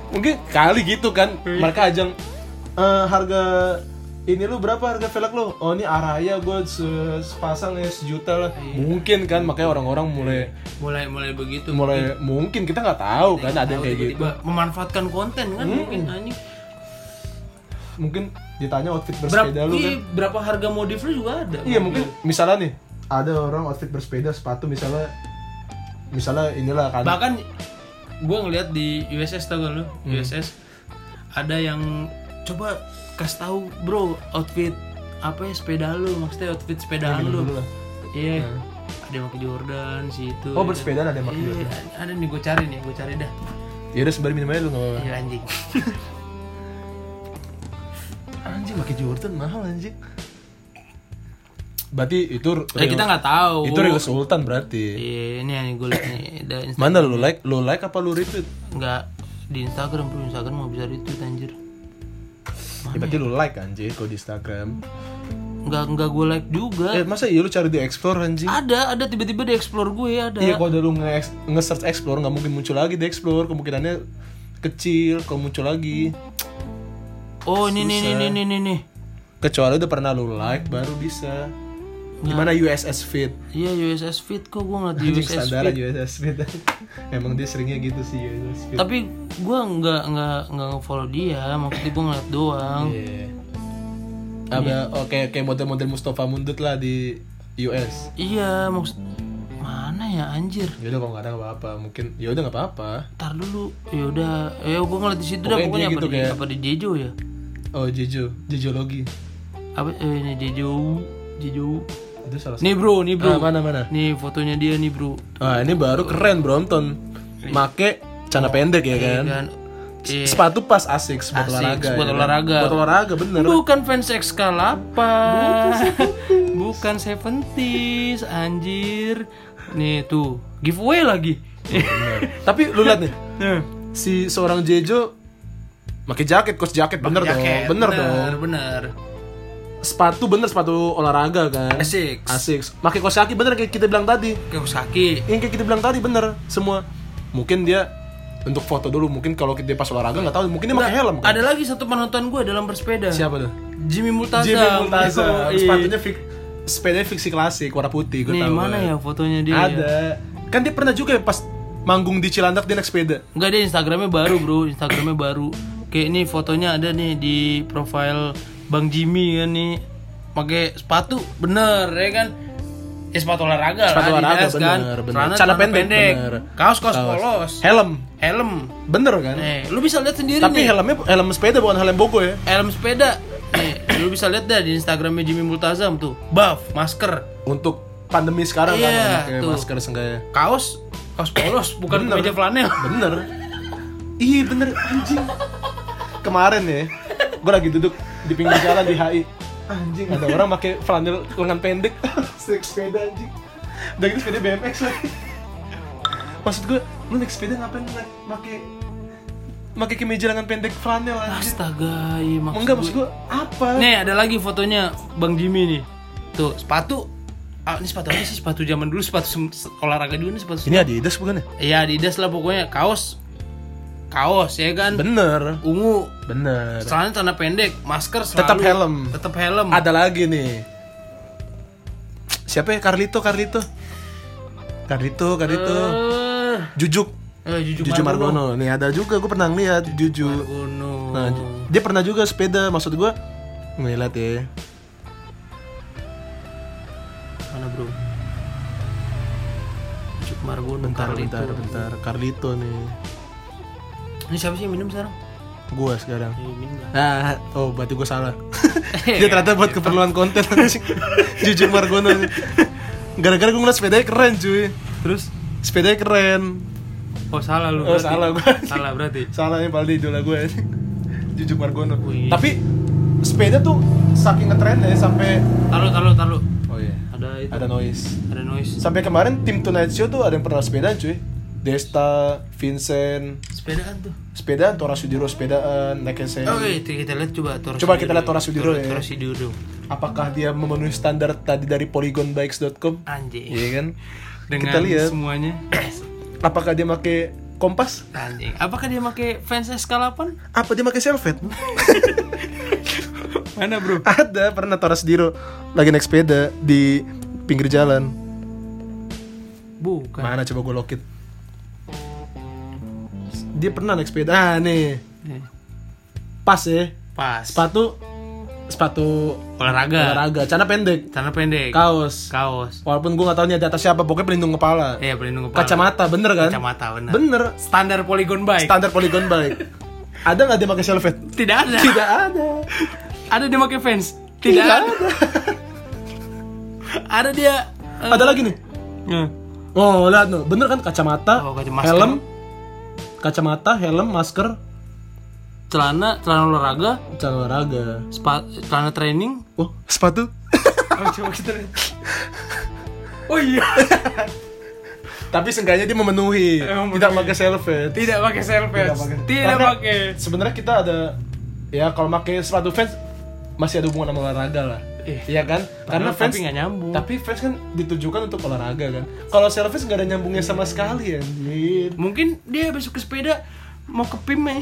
Mungkin kali gitu kan. Mereka ajang eh, harga ini lu berapa harga velg lu? Oh ini Araya gue se- sepasang ya sejuta lah. Mungkin kan makanya orang-orang mulai
mulai mulai begitu.
mulai mungkin kita nggak tahu kan ada yang kayak gitu.
Tiba-tiba memanfaatkan konten kan
Hmm.
mungkin anjing.
Mungkin ditanya outfit
Berapa,
bersepeda lu kan.
iya, berapa harga modif lu juga ada.
Iya mungkin misalnya nih ada orang outfit bersepeda sepatu misalnya misalnya inilah kan.
Bahkan gue ngeliat di U S S tau gak lu?
Hmm.
U S S ada yang coba kasih tahu bro outfit apa ya sepeda lu, maksudnya outfit sepedaan
Yang
lu.
dulu lah.
Iya.
Hmm.
Ada yang pakai Jordan situ.
Oh, bersepeda ada yang pakai
Iya,
Jordan.
ada nih gue cari nih, gue cari dah.
Ya udah sembari minum aja lu nggak apa-apa.
Iya anjing.
Anjing pakai Jordan mahal anjing. Berarti itu
Eh kita nggak tahu.
Itu real sultan berarti.
Iya, ini yang gue liat nih. Ada Instagram.
Mana lu like? Lu like apa lu retweet?
Nggak di Instagram, bro. Instagram mau bisa retweet anjir.
Ya, berarti lu like anjir kalau di Instagram.
Nggak nggak gue like juga.
Eh masa iya lu cari di explore anjing?
Ada, ada tiba-tiba di explore gue ada.
Iya kalau udah lu nge- nge-search explore nggak mungkin muncul lagi di explore, kemungkinannya kecil kalau muncul lagi.
Oh ini nih nih
Susah.
nih nih nih nih.
Kecuali udah pernah lu like baru bisa. Gimana U S S Fit?
Iya U S S Fit kok gue ngeliat di U
Anjing
S S
standar
Fit.
U S S Fit. Emang dia seringnya gitu sih U S S Fit.
Tapi gue nggak nggak nggak nge-follow dia, maksudnya gue ngeliat doang.
Iya. Ada oh, kayak kayak model-model Mustafa Mundut lah di U S.
Iya maksud mana ya anjir.
Ya udah kalau nggak ada nggak apa-apa, mungkin ya udah nggak apa-apa.
Ntar dulu, ya udah, ya gue ngeliat di situ dah
Pokoknya
pokoknya
dia
apa
gitu
di
kayak-
apa di Jejo ya?
Oh Jejo, Jejologi.
Apa eh, ini Jejo, Jejo.
Itu salah satu.
Nih bro, nih bro.
Ah, mana mana.
Nih fotonya dia nih bro.
Ah ini baru keren Brompton. Make celana pendek ya
Iya
kan.
kan? Iya.
Sepatu pas asik buat
Asik,
olahraga.
buat
ya kan?
olahraga.
Buat olahraga bener.
Bukan fans Excalibur. Bukan Seventies, anjir. Nih tuh, giveaway lagi.
Bener. Tapi lu lihat nih, si seorang Jejo pakai jaket, kos jaket bener dong.
Jaket,
Bener,
bener
dong.
Bener.
Sepatu bener sepatu olahraga kan.
Asik.
Asik. Pakai kaos kaki bener kayak kita bilang tadi.
Kaos kaki.
Yang kayak kita bilang tadi bener semua. Mungkin dia untuk foto dulu, mungkin kalau dia pas olahraga nggak tahu, mungkin dia pakai helm kan.
Ada lagi satu penonton gue dalam bersepeda.
Siapa tuh?
Jimmy Multazam.
Jimmy Multazam.
Yoi.
Sepatunya fik, sepedanya fiksi klasik warna putih, gue
Nih
tahu.
mana
kan.
ya fotonya dia?
Ada. Kan dia pernah juga ya pas manggung di Cilandak dia naik sepeda.
Enggak, dia Instagramnya baru bro, Instagramnya baru. Kayak ini fotonya ada nih di profile Bang Jimmy kan nih, pakai sepatu bener ya kan? Ya sepatu olahraga
Sepatu
lah,
olahraga
Adidas kan.
bener, bener.
Celana,
Celana
celana
pendek,
pendek,
bener.
kaos kaos
Kaos.
polos,
Helm.
helm.
Bener kan?
Eh, lu bisa lihat sendiri
Tapi
nih.
helmnya helm sepeda bukan helm bogo ya.
Helm sepeda. Nih, lu bisa lihat dah di Instagramnya Jimmy Multazam tuh. Buff, masker,
Untuk pandemi sekarang
Iya,
kan pakai
tuh.
masker seenggaknya.
kaos, kaos polos, bukan
Bener.
kemeja flanel.
Bener. Ih bener anjing. Kemarin ya, gue lagi duduk di pinggir jalan di H I. Anjing ada orang pakai flanel lengan pendek, naik sepeda anjing. Udah gitu sepeda B M X lagi. Maksud gue, lu naik sepeda ngapain naik pakai pakai kemeja lengan pendek flanel anjing?
Astaga, iya maksud
Enggak
gue-
maksud gue apa?
Nih ada lagi fotonya Bang Jimmy nih. Tuh sepatu. Ah, ini sepatu apa sih? Sepatu zaman dulu, sepatu sem- se- olahraga dulu nih sepatu.
Ini Adidas bukan ya?
Iya Adidas lah pokoknya. Kaos, kaos ya kan.
Bener,
Ungu.
bener.
Celana celana pendek, masker selalu.
Tetap helm.
Tetap helm.
Ada lagi nih. Siapa ya? Carlito, Carlito. Carlito, Carlito.
Eh,
Jujuk.
eh, Juju,
Juju Margono. Nih ada juga, gue pernah ngeliat Juju.
Margono.
Nah, dia pernah juga sepeda, maksud gue ngeliat ya.
Mana bro? Juju Margono.
Bentar,
Carlito.
bentar, bentar. Carlito nih.
Ini siapa sih yang minum sekarang?
Gue sekarang.
Eh, minum lah.
Nah, oh berarti gue salah. Dia ternyata buat keperluan konten anjing. Juju Margono. Gara-gara gue ngeliat sepedanya keren cuy.
Terus?
Sepedanya keren.
Oh salah lu.
Oh
berarti.
salah gue.
Salah berarti.
Salah nih paling idola gue. Juju Margono.
Wih.
Tapi sepeda tuh saking ngetrennya sampai
Taruh, taruh, taruh.
oh iya.
Ada itu.
Ada noise.
Ada noise.
Sampai kemarin tim Tonight Show tuh ada yang pernah sepedaan cuy. Desta, Vincent,
Sepedaan tuh.
sepedaan, Tora Sudiro sepedaan, naik S M.
Oke, itu kita lihat coba Tora
Coba kita lihat Tora Sudiro ya.
Tora Sudiro.
Apakah dia memenuhi standar tadi dari polygon bikes dot com?
Anjing.
Iya kan?
Dengan
Kita lihat.
semuanya.
Apakah dia pakai Kompas.
Anjing. Apakah dia pakai Vans S K delapan?
Apa dia pakai Selvet?
Mana, Bro?
Ada, pernah Toras Diro lagi naik sepeda di pinggir jalan.
Bukan.
Mana coba gue lokit. Dia pernah naik sepeda. Ah, nih.
Eh,
Pas ya.
Pas.
Sepatu sepatu
Olahraga.
olahraga, celana pendek,
Celana pendek.
kaos.
Kaos.
Walaupun gue nggak tahu nih di atas siapa, pokoknya pelindung kepala.
Iya, pelindung kepala.
Kacamata, bener kan?
Kacamata, benar.
Bener.
Standar Polygon bike.
Standar Polygon bike. Ada nggak dia pakai Selvet?
Tidak ada.
Tidak ada.
Ada dia pakai Vans? Tidak, ada. Ada dia eh,
Ada lagi nih.
eh,
Oh, lihat tuh. Bener kan kacamata,
Oh, kacamata,
helm, kacamata, helm, masker,
celana, celana olahraga,
celana olahraga.
spa, celana training.
Oh, sepatu.
Oh, coba kita lihat. Oh iya.
Tapi seenggaknya dia memenuhi.
Memenuhi.
Tidak pakai Selvet.
Tidak pakai Selvet. Tidak
Karena
pakai.
Sebenarnya kita ada, ya kalau pakai sepatu Vans masih ada hubungan sama olahraga lah.
Eh,
Iya kan? Karena
Padahal
fans
tapi nggak nyambung.
Tapi fans kan ditujukan untuk olahraga kan. Kalau Selvet nggak ada nyambungnya sama sekali anjir.
Mungkin dia besok ke sepeda mau ke P I M ya.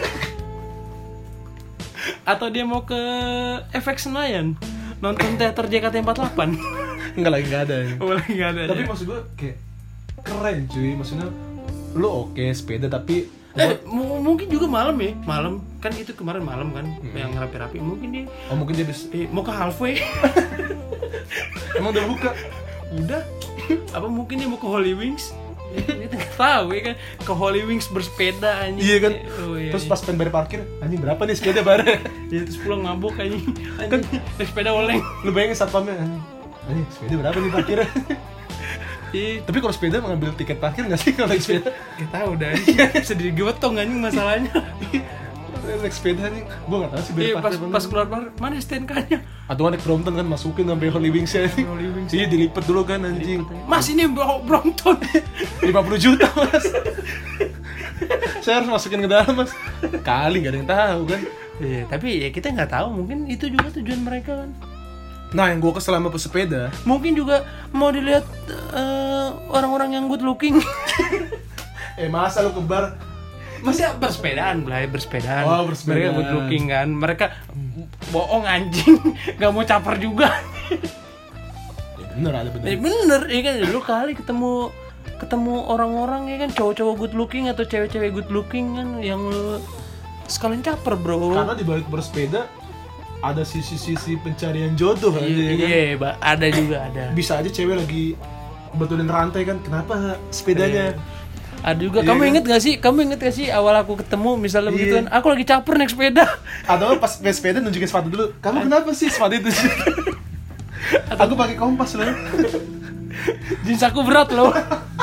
Atau dia mau ke F X Senayan nonton teater J K T empat puluh delapan.
Enggak lagi nggak ada. Ya.
Oh, lagi nggak ada.
Tapi
ya.
maksud gue kayak keren cuy. Maksudnya lu oke sepeda tapi
Eh, m- mungkin juga malam ya, malam kan itu kemarin malam kan, yang rapi-rapi. Mungkin dia,
oh mungkin dia bis...
eh, mau ke halfway.
emang udah buka.
Udah. Apa mungkin dia mau ke Holy Wings? Ya, kita nggak tahu ya kan, ke Holy Wings bersepeda anjing.
Iya kan.
Oh, iya,
Terus
iya.
pas pengen bayar parkir, anjing berapa nih sepeda bareng?
Ya, terus pulang mabuk anjing. Kan naik sepeda oleng.
Lu bayangin satpamnya anjing. Anjing sepeda berapa nih parkirnya?
Iya.
Tapi kalau sepeda mengambil tiket parkir nggak sih kalau naik sepeda?
Kita tahu dah anjing. Bisa digotong anjing masalahnya.
Naik sepeda nih, gue nggak tahu sih bayar
Iya, pas
parkir
pas keluar keluar mana S T N K-nya?
atau kan naik Brompton kan masukin sampai Holy Wings ya anjing.
Holy Wings.
Iya dilipet dulu kan anjing.
Mas ini Bro- Brompton.
lima puluh juta mas. Saya harus masukin ke dalam mas. Kali nggak ada yang tahu kan.
Iya, tapi ya kita nggak tahu, mungkin itu juga tujuan mereka kan.
Nah yang gue kesel sama pesepeda,
Mungkin juga mau dilihat eh, orang-orang yang good looking.
eh masa lu ke bar?
Masa bersepedaan, Blay, bersepedaan.
Oh, bersepedaan.
Mereka good looking kan. Mereka bohong anjing, nggak mau caper juga.
Ya bener ada bener.
Eh, bener, ya kan lu kali ketemu ketemu orang-orang ya kan, cowok-cowok good looking atau cewek-cewek good looking kan yang lu sekalian caper, Bro.
Karena di balik bersepeda ada sisi-sisi pencarian jodoh aja
Iya,
ya kan.
iya, Ba. Ada juga ada.
Bisa aja cewek lagi betulin rantai kan, kenapa sepedanya?
Ada juga.
Iya,
Kamu
kan?
inget gak sih? Kamu inget gak sih awal aku ketemu misalnya
Iya.
begitu kan? Aku lagi caper naik sepeda.
Atau pas naik sepeda nunjukin sepatu dulu. Kamu kenapa sih sepatu itu? Aku pakai Kompas loh.
Jeans aku berat loh.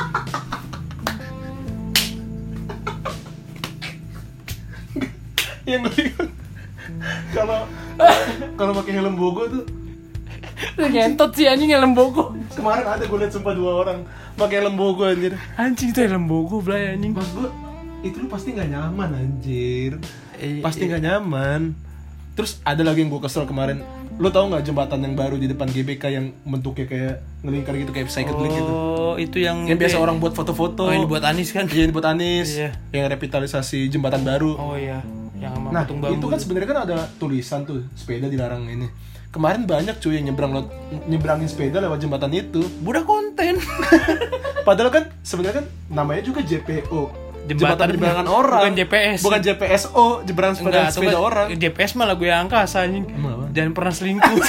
Yang gue bingung, kalau kalau pakai helm bogo tuh
Ngentot sih anjing helm bogo.
kemarin ada gue liat sumpah dua orang pakai helm bogo anjir.
Anjing itu helm bogo, Blay anjing.
Mas gue itu lu pasti nggak nyaman anjir.
Eh,
Pasti
eh.
nggak nyaman. Terus ada lagi yang gue kesel kemarin. Lu tau nggak jembatan yang baru di depan G B K yang bentuknya kayak ngelingkar gitu kayak psychedelic gitu?
Oh, itu yang
Yang biasa
kayak-
orang buat foto-foto.
Oh, ini buat Anis kan?
Iya, ini buat Anies.
Iya.
Yang revitalisasi jembatan baru.
Oh iya, yang sama
Nah,
patung bambu.
itu kan sebenarnya kan ada tulisan tuh sepeda dilarang ini. Kemarin banyak cuy yang nyebrang lo- nyebrangin sepeda lewat jembatan itu.
budak konten.
Padahal kan sebenarnya kan namanya juga J P O.
Jembatan
penyeberangan orang.
bukan J P S.
Bukan J P S O, jembatan sepeda,
Enggak,
sepeda
itu kan
orang.
J P S malah gue angkasa anjing.
Emang apa?
Jangan pernah selingkuh.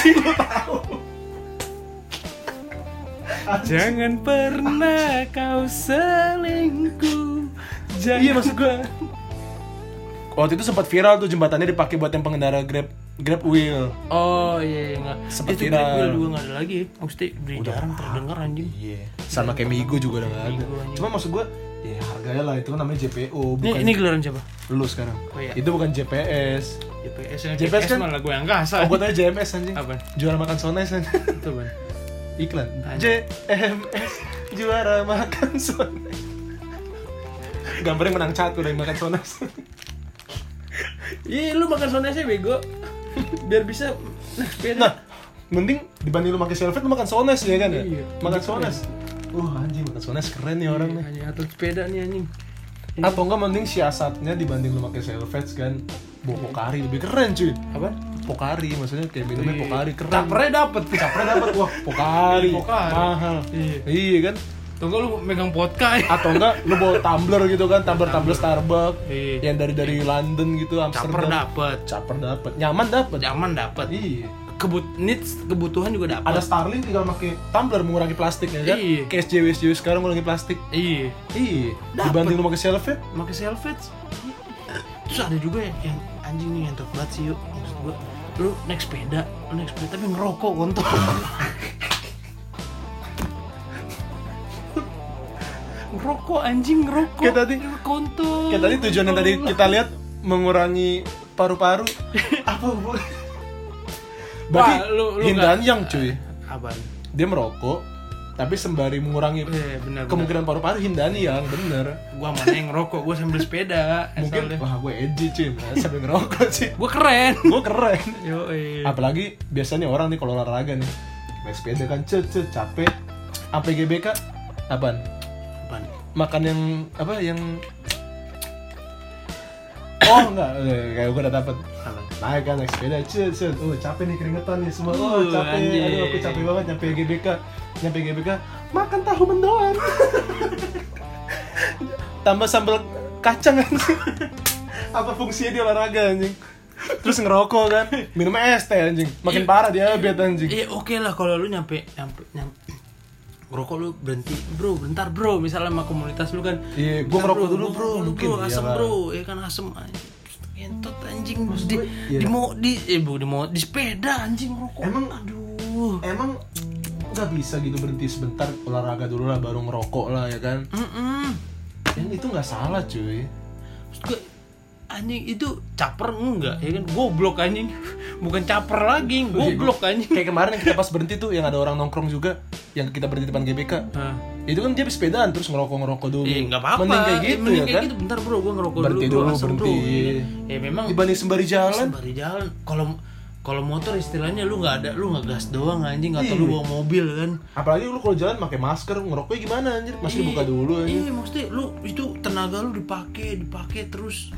Jangan pernah kau selingkuh. Jangan.
Iya maksud gue. Waktu itu sempat viral tuh jembatannya dipakai buat yang pengendara Grab Grab Wheel.
Oh iya, iya enggak.
Sempet
Itu
viral.
Grab Wheel juga enggak ada lagi. Mesti jarang terdengar anjing.
Iya. Sama kayak Migo juga udah nggak ada.
Migo, anjing.
Cuma maksud gue, ya harganya lah itu kan namanya J P O,
Ini
bukan
ini gelaran siapa?
lu sekarang.
Oh, iya.
Itu bukan J P S.
J P S. Yang
J P S kan-
malah gue angkasa.
Oh, gue tanya J M S anjing.
Apa?
Juara makan sones anjing.
Itu Bang.
Iklan.
Anjing.
J M S juara makan sones. Gambarnya menang catur dari makan sones.
Iya, lu makan sonesnya bego. Biar bisa nah, sepeda.
Nah, mending dibanding lu makan Selvet lu makan sones ya kan ya?
Iya.
Makan
Gitu,
sones. Wah, anjing makan sones keren nih orang nih.
Anjing atlet sepeda nih anjing.
Atau enggak mending siasatnya dibanding lu pakai Selvedge kan, bawa Pocari lebih keren cuy.
Apa?
Pocari maksudnya kayak minumnya
Iya.
Pocari keren.
Capernya dapet.
Capernya dapat wah Pocari.
Pocari.
Mahal.
Iya.
Iya kan?
Tunggu lu megang vodka ya.
Atau enggak lu bawa tumbler gitu kan, tumbler-tumbler Starbucks
Iya.
yang dari dari London gitu,
Caper
Amsterdam.
dapet.
Caper dapat. Nyaman dapat.
Nyaman dapet.
Iya.
Kebut needs kebutuhan juga dapet.
Ada Starling tinggal pakai tumbler mengurangi plastik ya kan?
Iya.
Kayak S J W S J W sekarang mengurangi plastik.
Iya.
Iya.
Dapet.
Dibanding lu pakai Selvedge.
Pakai Selvedge. Terus ada juga yang, yang anjing nih ngentot banget sih yuk. Maksud gua, lu naik sepeda, lu naik sepeda tapi ngerokok kontol. Ngerokok anjing ngerokok.
Kayak tadi.
Kontol.
Kayak tadi tujuan yang tadi kita lihat mengurangi paru-paru. Apa hubungannya? Berarti
Wah, lu- lu
Hindan
nggak-
yang cuy.
Apaan?
Dia merokok tapi sembari mengurangi
Eh, bener,
kemungkinan paru-paru. Hindani yang bener.
Gua mana yang ngerokok, gua sambil sepeda.
Mungkin
asalnya.
wah gue edgy cuy sambil ngerokok sih.
Gua keren.
Gue keren.
Yo,
Apalagi biasanya orang nih kalau olahraga nih naik sepeda kan cet cet capek. Sampai G B K apaan?
Apaan?
Makan yang apa yang oh enggak, eh, kayak gue udah dapet
Apaan?
naik kan naik sepeda, cet cet, oh capek nih keringetan nih semua, oh
Uh,
capek,
anjing.
aduh aku capek banget nyampe G B K, nyampe G B K, makan tahu mendoan, tambah sambal kacang anjing, apa fungsinya di olahraga anjing, terus ngerokok kan, minumnya es teh anjing, makin parah diabetes anjing.
Iya oke lah kalau lu nyampe nyampe nyampe ngerokok lu berhenti bro bentar bro misalnya sama komunitas lu kan
Iya, gua
bentar,
ngerokok dulu,
gua
bro,
ngerokok
mungkin,
bro,
iya
asem
kan.
bro ya kan asem anjing entot anjing di,
iya.
di mau di eh bu di mau di sepeda anjing ngerokok
Emang-
aduh
Emang nggak bisa gitu berhenti sebentar olahraga dulu lah baru ngerokok lah ya kan?
Mm-mm.
Yang itu nggak salah cuy.
Maksud gue, anjing itu caper enggak ya kan goblok anjing bukan caper lagi goblok anjing
Kayak kemarin yang kita pas berhenti tuh yang ada orang nongkrong juga yang kita berhenti depan G B K.
Hah.
Itu kan dia sepedaan terus ngerokok-ngerokok dulu.
Iya nggak apa-apa.
Mending kayak
Eh,
gitu
mending
ya
kayak
kan?
gitu. Bentar bro, gue ngerokok
Berhenti
dulu, bro.
dulu,
Asem,
berhenti.
Bro. Ya memang
Dibanding sembari jalan.
sembari jalan. Kalau kalau motor istilahnya lu nggak ada, lu nggak gas doang anjing atau
Iya.
lu bawa mobil kan.
Apalagi lu kalau jalan pakai masker, ngerokoknya gimana anjir? Masih dibuka dulu anjir.
Iya, maksudnya lu itu tenaga lu dipakai, dipakai terus.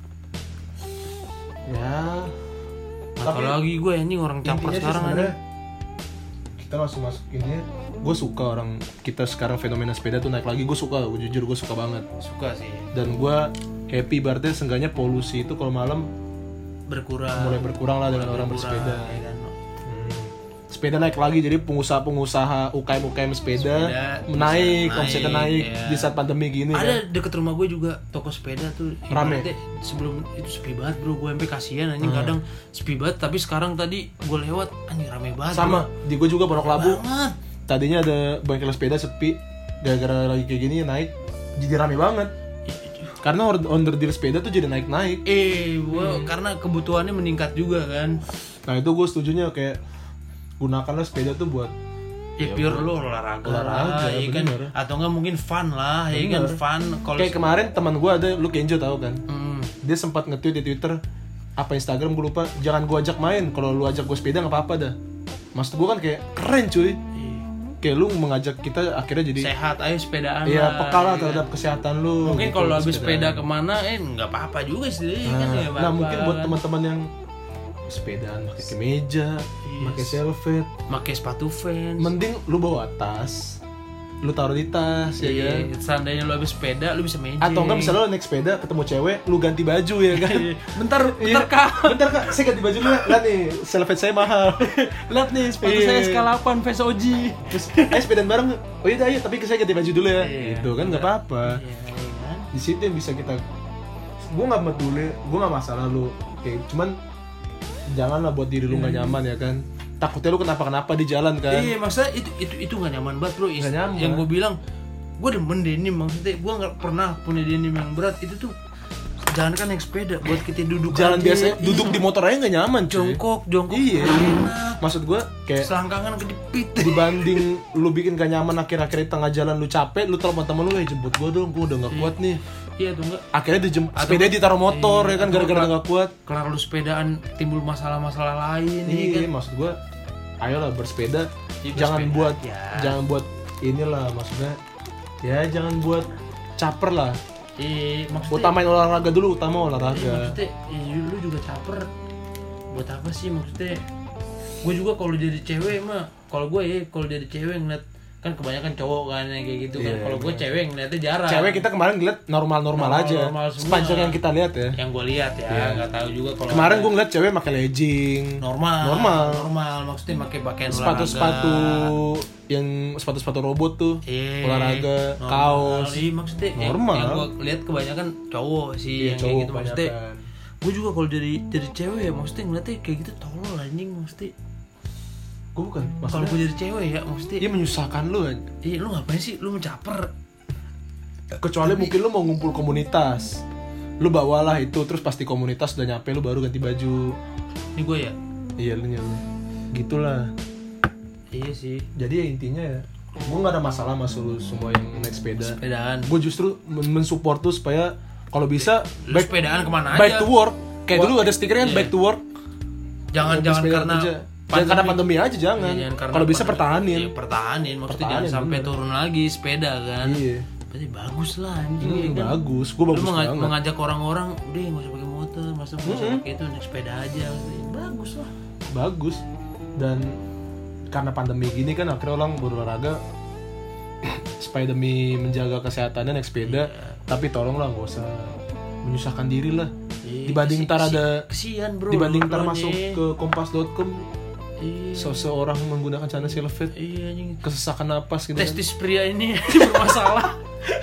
Ya.
Apalagi gue anjing orang caper
intinya sih
sekarang
sebenarnya
anjing.
kita langsung masuk ini. Gue suka orang kita sekarang fenomena sepeda tuh naik lagi. Gue suka, gue jujur gue suka banget.
Suka sih
Dan gue happy berarti seenggaknya polusi itu kalau malam
berkurang.
mulai berkurang lah dengan
Mulai
orang
berkurang,
bersepeda.
ya kan.
Sepeda naik lagi, jadi pengusaha-pengusaha U K M U K M sepeda,
Sepeda
naik,
bisa
omsetnya
naik,
naik
ya.
di saat pandemi gini
Ada
kan.
deket rumah gue juga toko sepeda tuh
Rame?
ibaratnya sebelum itu sepi banget bro, gue sampai kasihan anjing
Hmm.
kadang sepi banget, tapi sekarang tadi gue lewat anjing rame banget
Sama, di gue juga Pondok Labu.
banget.
Tadinya ada bengkel sepeda sepi, gara-gara lagi kayak gini naik, jadi rame banget. Karena order, order deal sepeda tuh jadi naik-naik.
Eh, gue
Hmm.
karena kebutuhannya meningkat juga kan.
Nah itu gue setujunya kayak gunakanlah sepeda tuh buat
Ya, pure lu olahraga,
olahraga,
ya kan?
bener.
Atau enggak mungkin fun lah, ya kan
Bener.
fun. Kalau
kayak kemarin teman gue ada, lu Kenjo tahu kan?
Hmm.
Dia sempat nge-tweet di Twitter apa Instagram gue lupa, jangan gue ajak main, kalau lu ajak gue sepeda nggak apa-apa dah. Maksud gue kan kayak keren cuy,
Iya.
kayak lu mengajak kita akhirnya jadi
Sehat ayo sepedaan
iya
lah,
peka lah
ya kan?
terhadap kesehatan lu.
Mungkin
gitu,
kalau habis
sepedaan.
sepeda kemana eh nggak apa-apa juga sih
Nah,
kan ya.
nah mungkin buat
kan?
teman-teman yang sepedaan pakai kemeja, pakai Selvedge,
Pakai sepatu Vans.
mending lu bawa tas, lu taruh di tas ya kan.
Iya, seandainya lu habis sepeda lu bisa magic.
Atau enggak misalnya lu naik sepeda ketemu cewek, lu ganti baju ya kan.
Iya. bentar
Iya.
bentar kak
Bentar kak, saya ganti baju dulu ya. Lihat nih, Selvedge saya mahal.
lihat nih sepatu
Iya.
saya S K delapan Vans O G.
Terus, eh sepedaan bareng. Oh iya, ayo, tapi saya ganti baju dulu ya.
Iya.
Itu kan nggak apa-apa.
Iya, iya kan?
Di situ yang bisa kita, gue nggak peduli, gue nggak masalah lu. Kayak cuman janganlah buat diri lu nggak nyaman ya kan. Takutnya lu kenapa-kenapa di jalan kan.
Iya, maksudnya itu itu itu nggak nyaman banget bro. Is-
Nggak nyaman.
Yang gue bilang, gue demen denim maksudnya. Gue nggak pernah punya denim yang berat. Itu tuh jangan kan naik sepeda buat kita duduk
Jalan
aja.
biasa,
Iya.
duduk di motor aja nggak nyaman cuy.
jongkok jongkok
Iya.
enak.
Maksud gue kayak
Selangkangan kejepit.
dibanding lu bikin gak nyaman akhir-akhir di tengah jalan lu capek, lu telepon temen lu, eh jemput gue dong, gue udah gak kuat nih.
Iya tuh enggak.
Akhirnya dijemput,
Atau-
sepeda ditaruh motor
Iya,
ya kan
atau
gara-gara
enggak-
gak kuat.
Kelar lu sepedaan timbul masalah-masalah lain ya
Iya,
kan.
maksud gue, ayolah bersepeda,
Iya,
jangan
bersepeda
buat,
aja.
jangan buat inilah maksudnya, ya jangan buat caper lah.
Iya, maksudnya
Utamain olahraga dulu, utama
iya,
olahraga.
maksudnya iya, lu juga caper. Buat apa sih maksudnya? Gue juga kalau jadi cewek mah, kalau gue ya kalau jadi cewek ngeliat kan kebanyakan cowok kan yang kayak gitu kan.
Iya,
Kalau gue
iya.
cewek ngeliatnya jarang.
Cewek kita kemarin ngeliat normal-normal aja.
Normal-normal semua.
Sepanjang yang kita lihat ya.
Yang gue lihat ya,
Iya.
nggak tahu juga kalau
Kemarin
ada.
gue ngeliat cewek pakai legging.
normal,
Normal.
normal maksudnya pakai pakaian
Sepatu-sepatu
olahraga.
yang sepatu-sepatu robot tuh.
Iya,
Olahraga,
normal.
kaos.
Iya, maksudnya yang-
Normal.
Yang, gue lihat kebanyakan cowok sih
Iya,
yang
cowok
kayak gitu maksudnya.
kebanyakan.
Gue juga kalau jadi jadi cewek ya maksudnya ngeliatnya kayak gitu tolol anjing maksudnya.
Gue bukan,
Kalau
maksudnya
gue jadi cewek ya maksudnya.
dia menyusahkan lu kan.
Iya, lu ngapain sih? Lu mencaper.
Kecuali mungkin lu mau ngumpul komunitas. Lu bawalah itu, terus pasti komunitas udah nyampe lu baru ganti baju.
Ini gue ya.
Iya lu nyampe. Gitulah.
Iya sih.
Jadi ya intinya ya, gue gak ada masalah sama lu semua yang naik sepeda.
Sepedaan.
Gue justru men- mensupport tuh supaya kalau bisa
Lu
back,
sepedaan kemana aja?
back to work. Kayak
Wah,
dulu ada stikernya kan
iya.
back to work.
Jangan
Back
jangan
sepeda
karena
kerja. Jangan karena pandemi aja jangan.
Iya, jangan karena
Kalau bisa
pandemi.
pertahanin.
Iya, pertahanin. Maksudnya
Pertahanin,
jangan sampai
bener.
turun lagi sepeda kan.
Iya.
Berarti bagus lah anjing
Hmm,
ya kan.
bagus, gue
Lu
bagus
menga-
banget.
mengajak orang-orang udah nggak usah pakai motor, masa nggak usah
Mm-mm.
pakai itu naik sepeda aja. Bagus lah.
Bagus. Dan karena pandemi gini kan akhirnya orang berolahraga supaya demi menjaga kesehatannya naik sepeda. Tapi tolonglah nggak usah menyusahkan diri lah.
Iya,
Dibanding
kesi-
ntar
kesi-
ada
kesian bro.
dibanding
lu
ntar
doang
masuk
nih.
ke kompas dot com
Iya.
seseorang menggunakan celana silhouette
Iya anjing.
kesesakan napas gitu kan.
Testis pria ini bermasalah.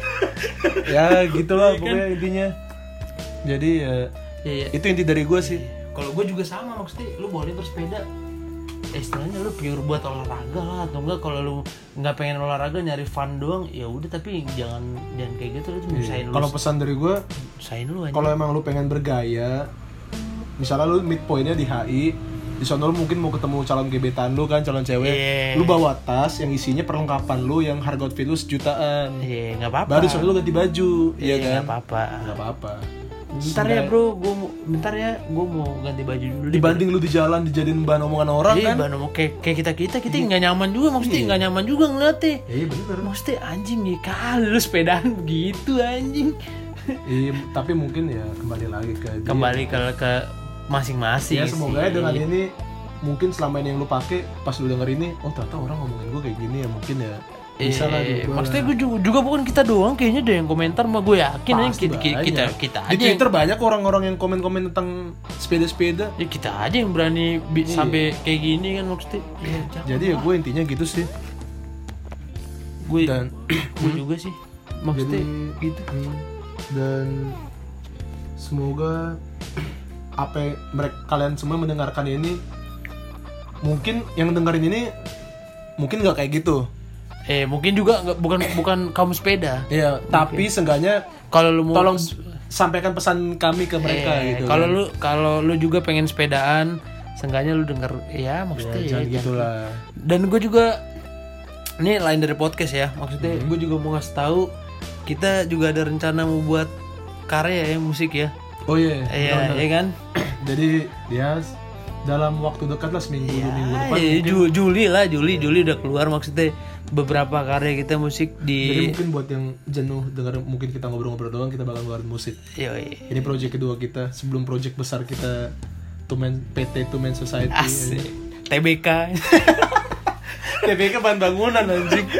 Ya gitulah
Iya kan?
pokoknya intinya. Jadi ya
Iya, iya.
itu inti dari gue sih.
Kalau gue juga sama maksudnya lu boleh bersepeda. Eh, istilahnya lu pure buat olahraga lah atau enggak kalau lu nggak pengen olahraga nyari fun doang ya udah tapi jangan jangan kayak gitu lu tuh nyusahin lu.
Kalau pesan dari gue,
Nyusahin lu aja.
kalau emang lu pengen bergaya, misalnya lu midpointnya di H I, di sana lu mungkin mau ketemu calon gebetan lu kan, calon cewek,
Iya.
lu bawa tas yang isinya perlengkapan lu yang harga outfit lu sejutaan.
Iya, enggak apa-apa.
Baru di sana lu ganti baju, iya kan?
Nggak apa-apa.
Nggak apa-apa.
Bentar ya bro, gue mau bentar ya, gue mau ganti baju dulu. deh,
Dibanding lu di jalan dijadiin bahan omongan orang
iya,
kan?
bahan omong kayak kayak kita kita kita nggak nyaman juga, maksudnya nggak nyaman juga ngeliatnya.
Iya bener.
Maksudnya anjing nih kali lu sepedaan begitu anjing.
Iya, tapi mungkin ya kembali lagi ke dia.
Kembali ke ke masing-masing.
Ya semoga ya
sih.
dengan ini mungkin selama ini yang lu pakai pas lu denger ini, oh ternyata orang ngomongin gue kayak gini ya mungkin ya bisa lah
Eh,
diubah.
maksudnya gue juga, juga bukan kita doang kayaknya deh yang komentar mah gue yakin aja
Pasti
kita, kita
banyak.
kita kita
Di
aja yang,
Twitter banyak orang-orang yang komen-komen tentang sepeda-sepeda.
ya kita aja yang berani bi-
Iya.
sampai kayak gini kan maksudnya. Ya, jangan
Jadi ya
lah.
gue intinya gitu sih.
gue
Dan
gue juga sih maksudnya
jadi
gitu.
hmm, dan semoga apa yang mereka kalian semua mendengarkan ini, mungkin yang dengerin ini mungkin nggak kayak gitu.
Eh mungkin juga nggak bukan bukan kamu sepeda.
Ya, tapi seenggaknya
Kalau lu mau
tolong sampaikan pesan kami ke mereka
eh,
gitu.
Kalau
kan.
lu kalau lu juga pengen sepedaan, seenggaknya lu denger ya maksudnya
ya,
ya,
jangan
jangan-
gitulah.
Dan gue juga ini lain dari podcast ya, maksudnya
Hmm.
gue juga mau ngasih tahu kita juga ada rencana mau buat karya ya musik ya.
Oh iya.
Iya,
benar-benar.
ya kan?
Jadi ya dalam waktu dekat lah seminggu dua minggu
Ya,
depan.
ya,
mungkin.
Ju- Juli lah, Juli Juli udah keluar maksudnya beberapa karya kita musik
Jadi
di
mungkin buat yang jenuh dengar mungkin kita ngobrol-ngobrol doang, kita bakal ngeluarin musik.
Yoi.
Ini project kedua kita sebelum project besar kita Two Man P T Two Man Society.
Asik. T B K.
T B K bahan bangunan anjing.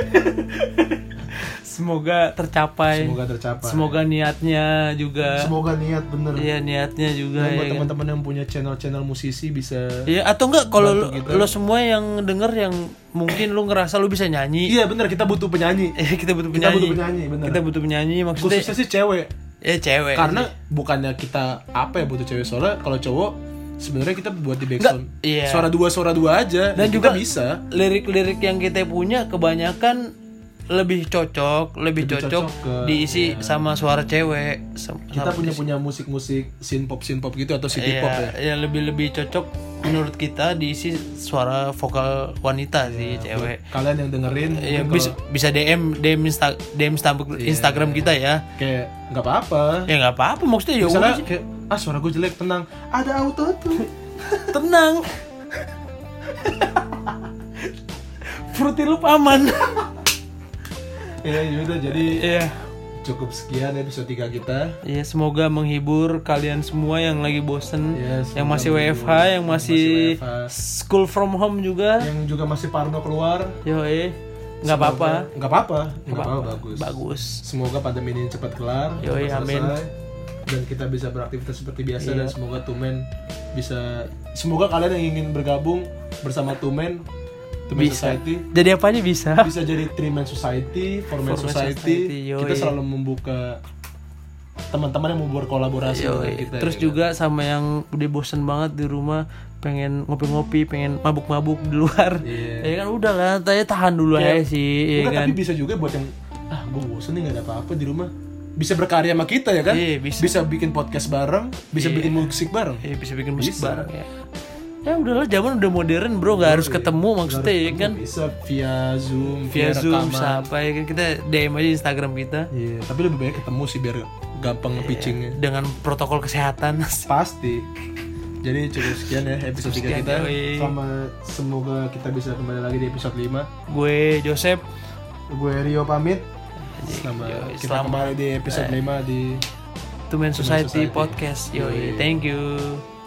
Semoga tercapai.
Semoga tercapai.
Semoga niatnya juga.
Semoga niat bener.
Iya niatnya juga.
Dan buat
ya kan?
teman-teman yang punya channel-channel musisi bisa.
Iya atau enggak kalau lo,
Bantu kita.
lo semua yang denger yang mungkin lo ngerasa lo bisa nyanyi.
Iya bener, kita butuh penyanyi.
Eh kita butuh
Kita
penyanyi.
butuh penyanyi, bener.
Kita butuh penyanyi maksudnya.
Khususnya sih cewek.
Ya cewek.
Karena bukannya kita apa ya butuh cewek, soalnya kalau cowok sebenarnya kita buat di backsound
Nggak, iya.
suara dua suara dua aja
dan
dan
juga
kita bisa.
lirik-lirik yang kita punya kebanyakan lebih cocok, lebih,
Lebih
cocok,
cocok ke-
diisi
iya.
sama suara cewek. Sam-
Kita
sama
punya
diisi-
punya musik-musik synth pop synth pop gitu atau city
Iya,
pop ya.
ya lebih lebih cocok menurut kita diisi suara vokal wanita sih cewek.
Kalian yang dengerin
Ya,
mungkin
bisa,
kalau
bisa D M D M Insta, D M Insta- Instagram kita ya.
kayak nggak apa-apa.
Ya nggak apa-apa maksudnya ya
Misalnya
udah sih.
kayak ah suara gue jelek, tenang, ada auto tuh.
Tenang. Fruity Loop aman.
Iya, yaudah jadi
Iya.
cukup sekian episode tiga kita.
Ya, semoga menghibur kalian semua yang lagi bosen,
Ya,
yang
semoga
masih W F H,
menghibur,
yang masih
W F H,
school from home juga.
yang juga masih parno keluar.
Yo, eh, nggak apa-apa.
Nggak apa-apa.
Nggak
Nggak apa-apa.
apa-apa.
Bagus.
Bagus.
Semoga pandemi ini cepat kelar,
Yoi,
cepat
amin.
selesai, dan kita bisa beraktivitas seperti biasa.
Iya.
Dan semoga Tumen bisa, semoga kalian yang ingin bergabung bersama Tumen, Tumen
Bisa.
Society,
Jadi apanya bisa?
bisa jadi three man society, four man
Four man
society.
society, yoi.
Kita selalu membuka teman-teman yang mau berkolaborasi
Yoi.
dengan kita.
Terus
ya
juga sama yang udah bosen banget di rumah, pengen ngopi-ngopi, pengen mabuk-mabuk di luar.
Iya.
Ya kan udah lah, tanya tahan dulu
Ya,
aja sih, ya
Enggak,
kan.
tapi bisa juga buat yang ah gue bosen nih, gak ada apa-apa di rumah, bisa berkarya sama kita ya kan.
Iya, bisa.
bikin podcast bareng, bisa
Iya.
bikin musik bareng.
Ya, bisa bikin musik
Bisa.
bareng ya. Ya udahlah, zaman udah modern bro, nggak harus
Yoi.
ketemu maksudnya
Nggak
ya
harus
kan.
ketemu, bisa via Zoom,
Via Zoom,
rekaman.
bisa apa ya kan, kita D M aja Instagram kita.
Iya, tapi lebih baik ketemu sih biar gampang nge-pitchingnya.
Dengan protokol kesehatan.
Pasti. Jadi cukup sekian ya episode tiga
Sekian,
kita.
yoi.
Sama semoga kita bisa kembali lagi di episode lima.
Gue Joseph.
Gue Rio pamit. Sama
Yoi,
kita
selamat.
kembali di episode lima di
Two Man Society
Society.
Podcast. Yoi,
Yoi.
thank you.